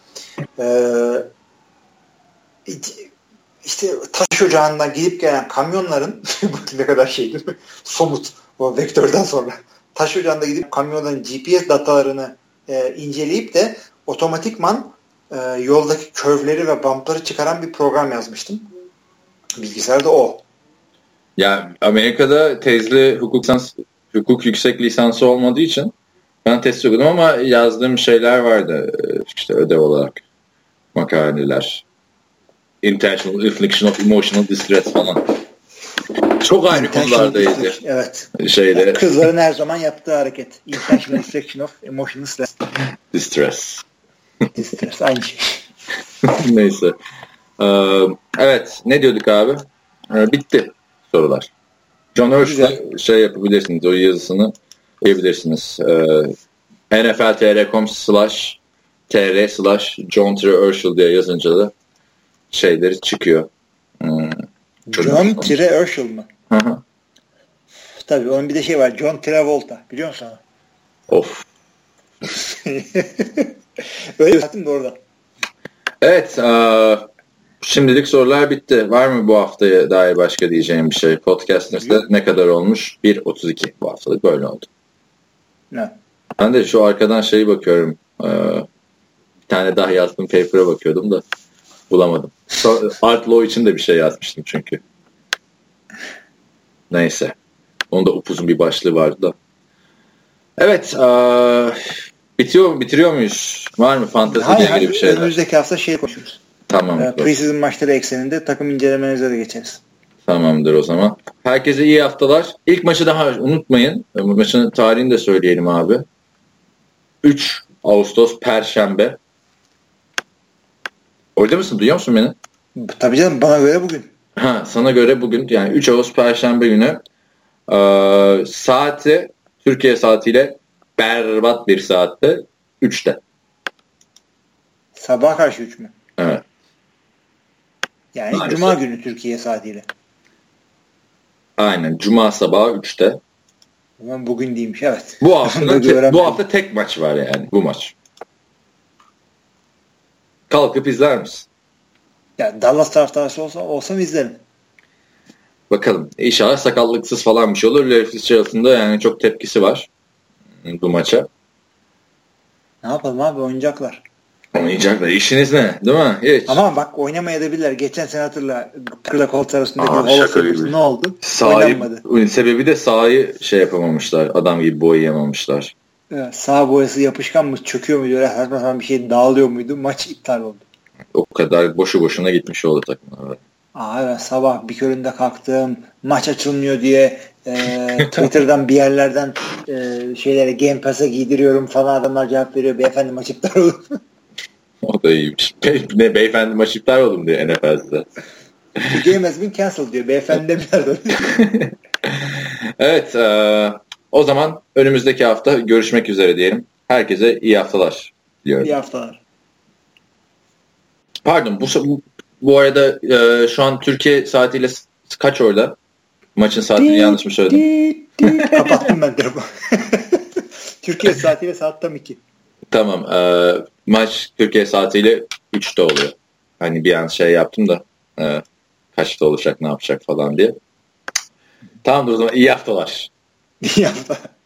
işte taş ocağından gidip gelen kamyonların ne kadar değil mi? Somut o vektörden sonra taş ocağında gidip kamyonların GPS datalarını inceleyip de otomatikman yoldaki curve'leri ve bump'ları çıkaran bir program yazmıştım. Bilgisayarda o. Ya Amerika'da tezli hukuk yüksek lisansı olmadığı için ben test okudum ama yazdığım şeyler vardı işte ödev olarak makaleler. Intentional Infliction of Emotional Distress falan. Çok aynı konulardaydı. Evet. Yani kızların her zaman yaptığı hareket. Intentional Infliction of Emotional Distress. Distress. Aynı şey. Neyse. Evet. Ne diyorduk abi? Bitti sorular. John Urschel'e yapabilirsiniz. O yazısını yapabilirsiniz. nfltr.com/ tr/John Urschel diye yazınca da şeyleri çıkıyor. John Urschel mı? Hı hı. Tabii onun bir de şey var. John Travolta. Biliyor musun onu? Of. Öyle yaptım da orada. Evet. Şimdilik sorular bitti. Var mı bu haftaya dair başka diyeceğim bir şey? Podcast'ımızda ne kadar olmuş? 1.32 bu haftalık böyle oldu. Ne? Ben de şu arkadan şeyi bakıyorum. Bir tane daha yazdığım paper'a bakıyordum da bulamadım. Art Law için de bir şey yazmıştım çünkü. Neyse. Onun da upuzun bir başlığı vardı da. Evet. Bitiriyor muyuz? Var mı fanteziyle ilgili bir şeyler? Önümüzdeki hafta konuşuruz. Tamam. Preseason maçları ekseninde takım incelemelerine de geçeriz. Tamamdır o zaman. Herkese iyi haftalar. İlk maçı daha unutmayın. Maçın tarihini de söyleyelim abi. 3 Ağustos Perşembe. Orada mısın? Duyuyor musun beni? Tabii canım, bana göre bugün. Sana göre bugün yani 3 Ağustos Perşembe günü saati Türkiye saatiyle berbat bir saatte 3'te. Sabah karşı 3 mü? Evet. Yani maalesef. Cuma günü Türkiye saatiyle. Aynen. Cuma sabahı 3'te. Ama bugün değilmiş, evet. Bu hafta tek maç var yani. Bu maç. Kalkıp izler misin? Ya Dallas taraftarı olsam izlerim. Bakalım. İnşallah sakatlıksız falan bir şey olur. Larry Fitzgerald'ın da yani çok tepkisi var bu maça. Ne yapalım abi, oynayacaklar. Oynayacaklar. İşiniz ne? Değil mi? Hiç. Ama bak, oynamayabilirler. Geçen sene hatırla. Kırla Colts arasındaki holosu ne oldu? Oynanmadı. Sebebi de sahayı yapamamışlar. Adam gibi boyayamamışlar. Evet, sağ boyası yapışkan mı? Çöküyor muydu? Öyle her bir şey dağılıyor muydu? Maç iptal oldu. O kadar boşu boşuna gitmiş oldu takımlar. Evet, sabah bir köründe kalktım. Maç açılmıyor diye Twitter'dan bir yerlerden şeylere Game Pass'a giydiriyorum falan, adamlar cevap veriyor. Beyefendi maç iptal olur. O da iyiymiş. Ne beyefendi maç iptal oldu diyor NFL'de. The game has been cancelled diyor. Beyefendi demiyorlar. Evet. O zaman önümüzdeki hafta görüşmek üzere diyelim. Herkese iyi haftalar diliyorum. İyi haftalar. Pardon. Bu arada şu an Türkiye saatiyle kaç orada? Maçın saatini yanlış mı söyledim? Kapattım ben telefonu. Türkiye saatiyle saat tam 2. Tamam. Maç Türkiye saatiyle 3'te oluyor. Hani bir an yaptım da kaçta olacak, ne yapacak falan diye. Tamamdır o zaman. İyi haftalar. İyi haftalar.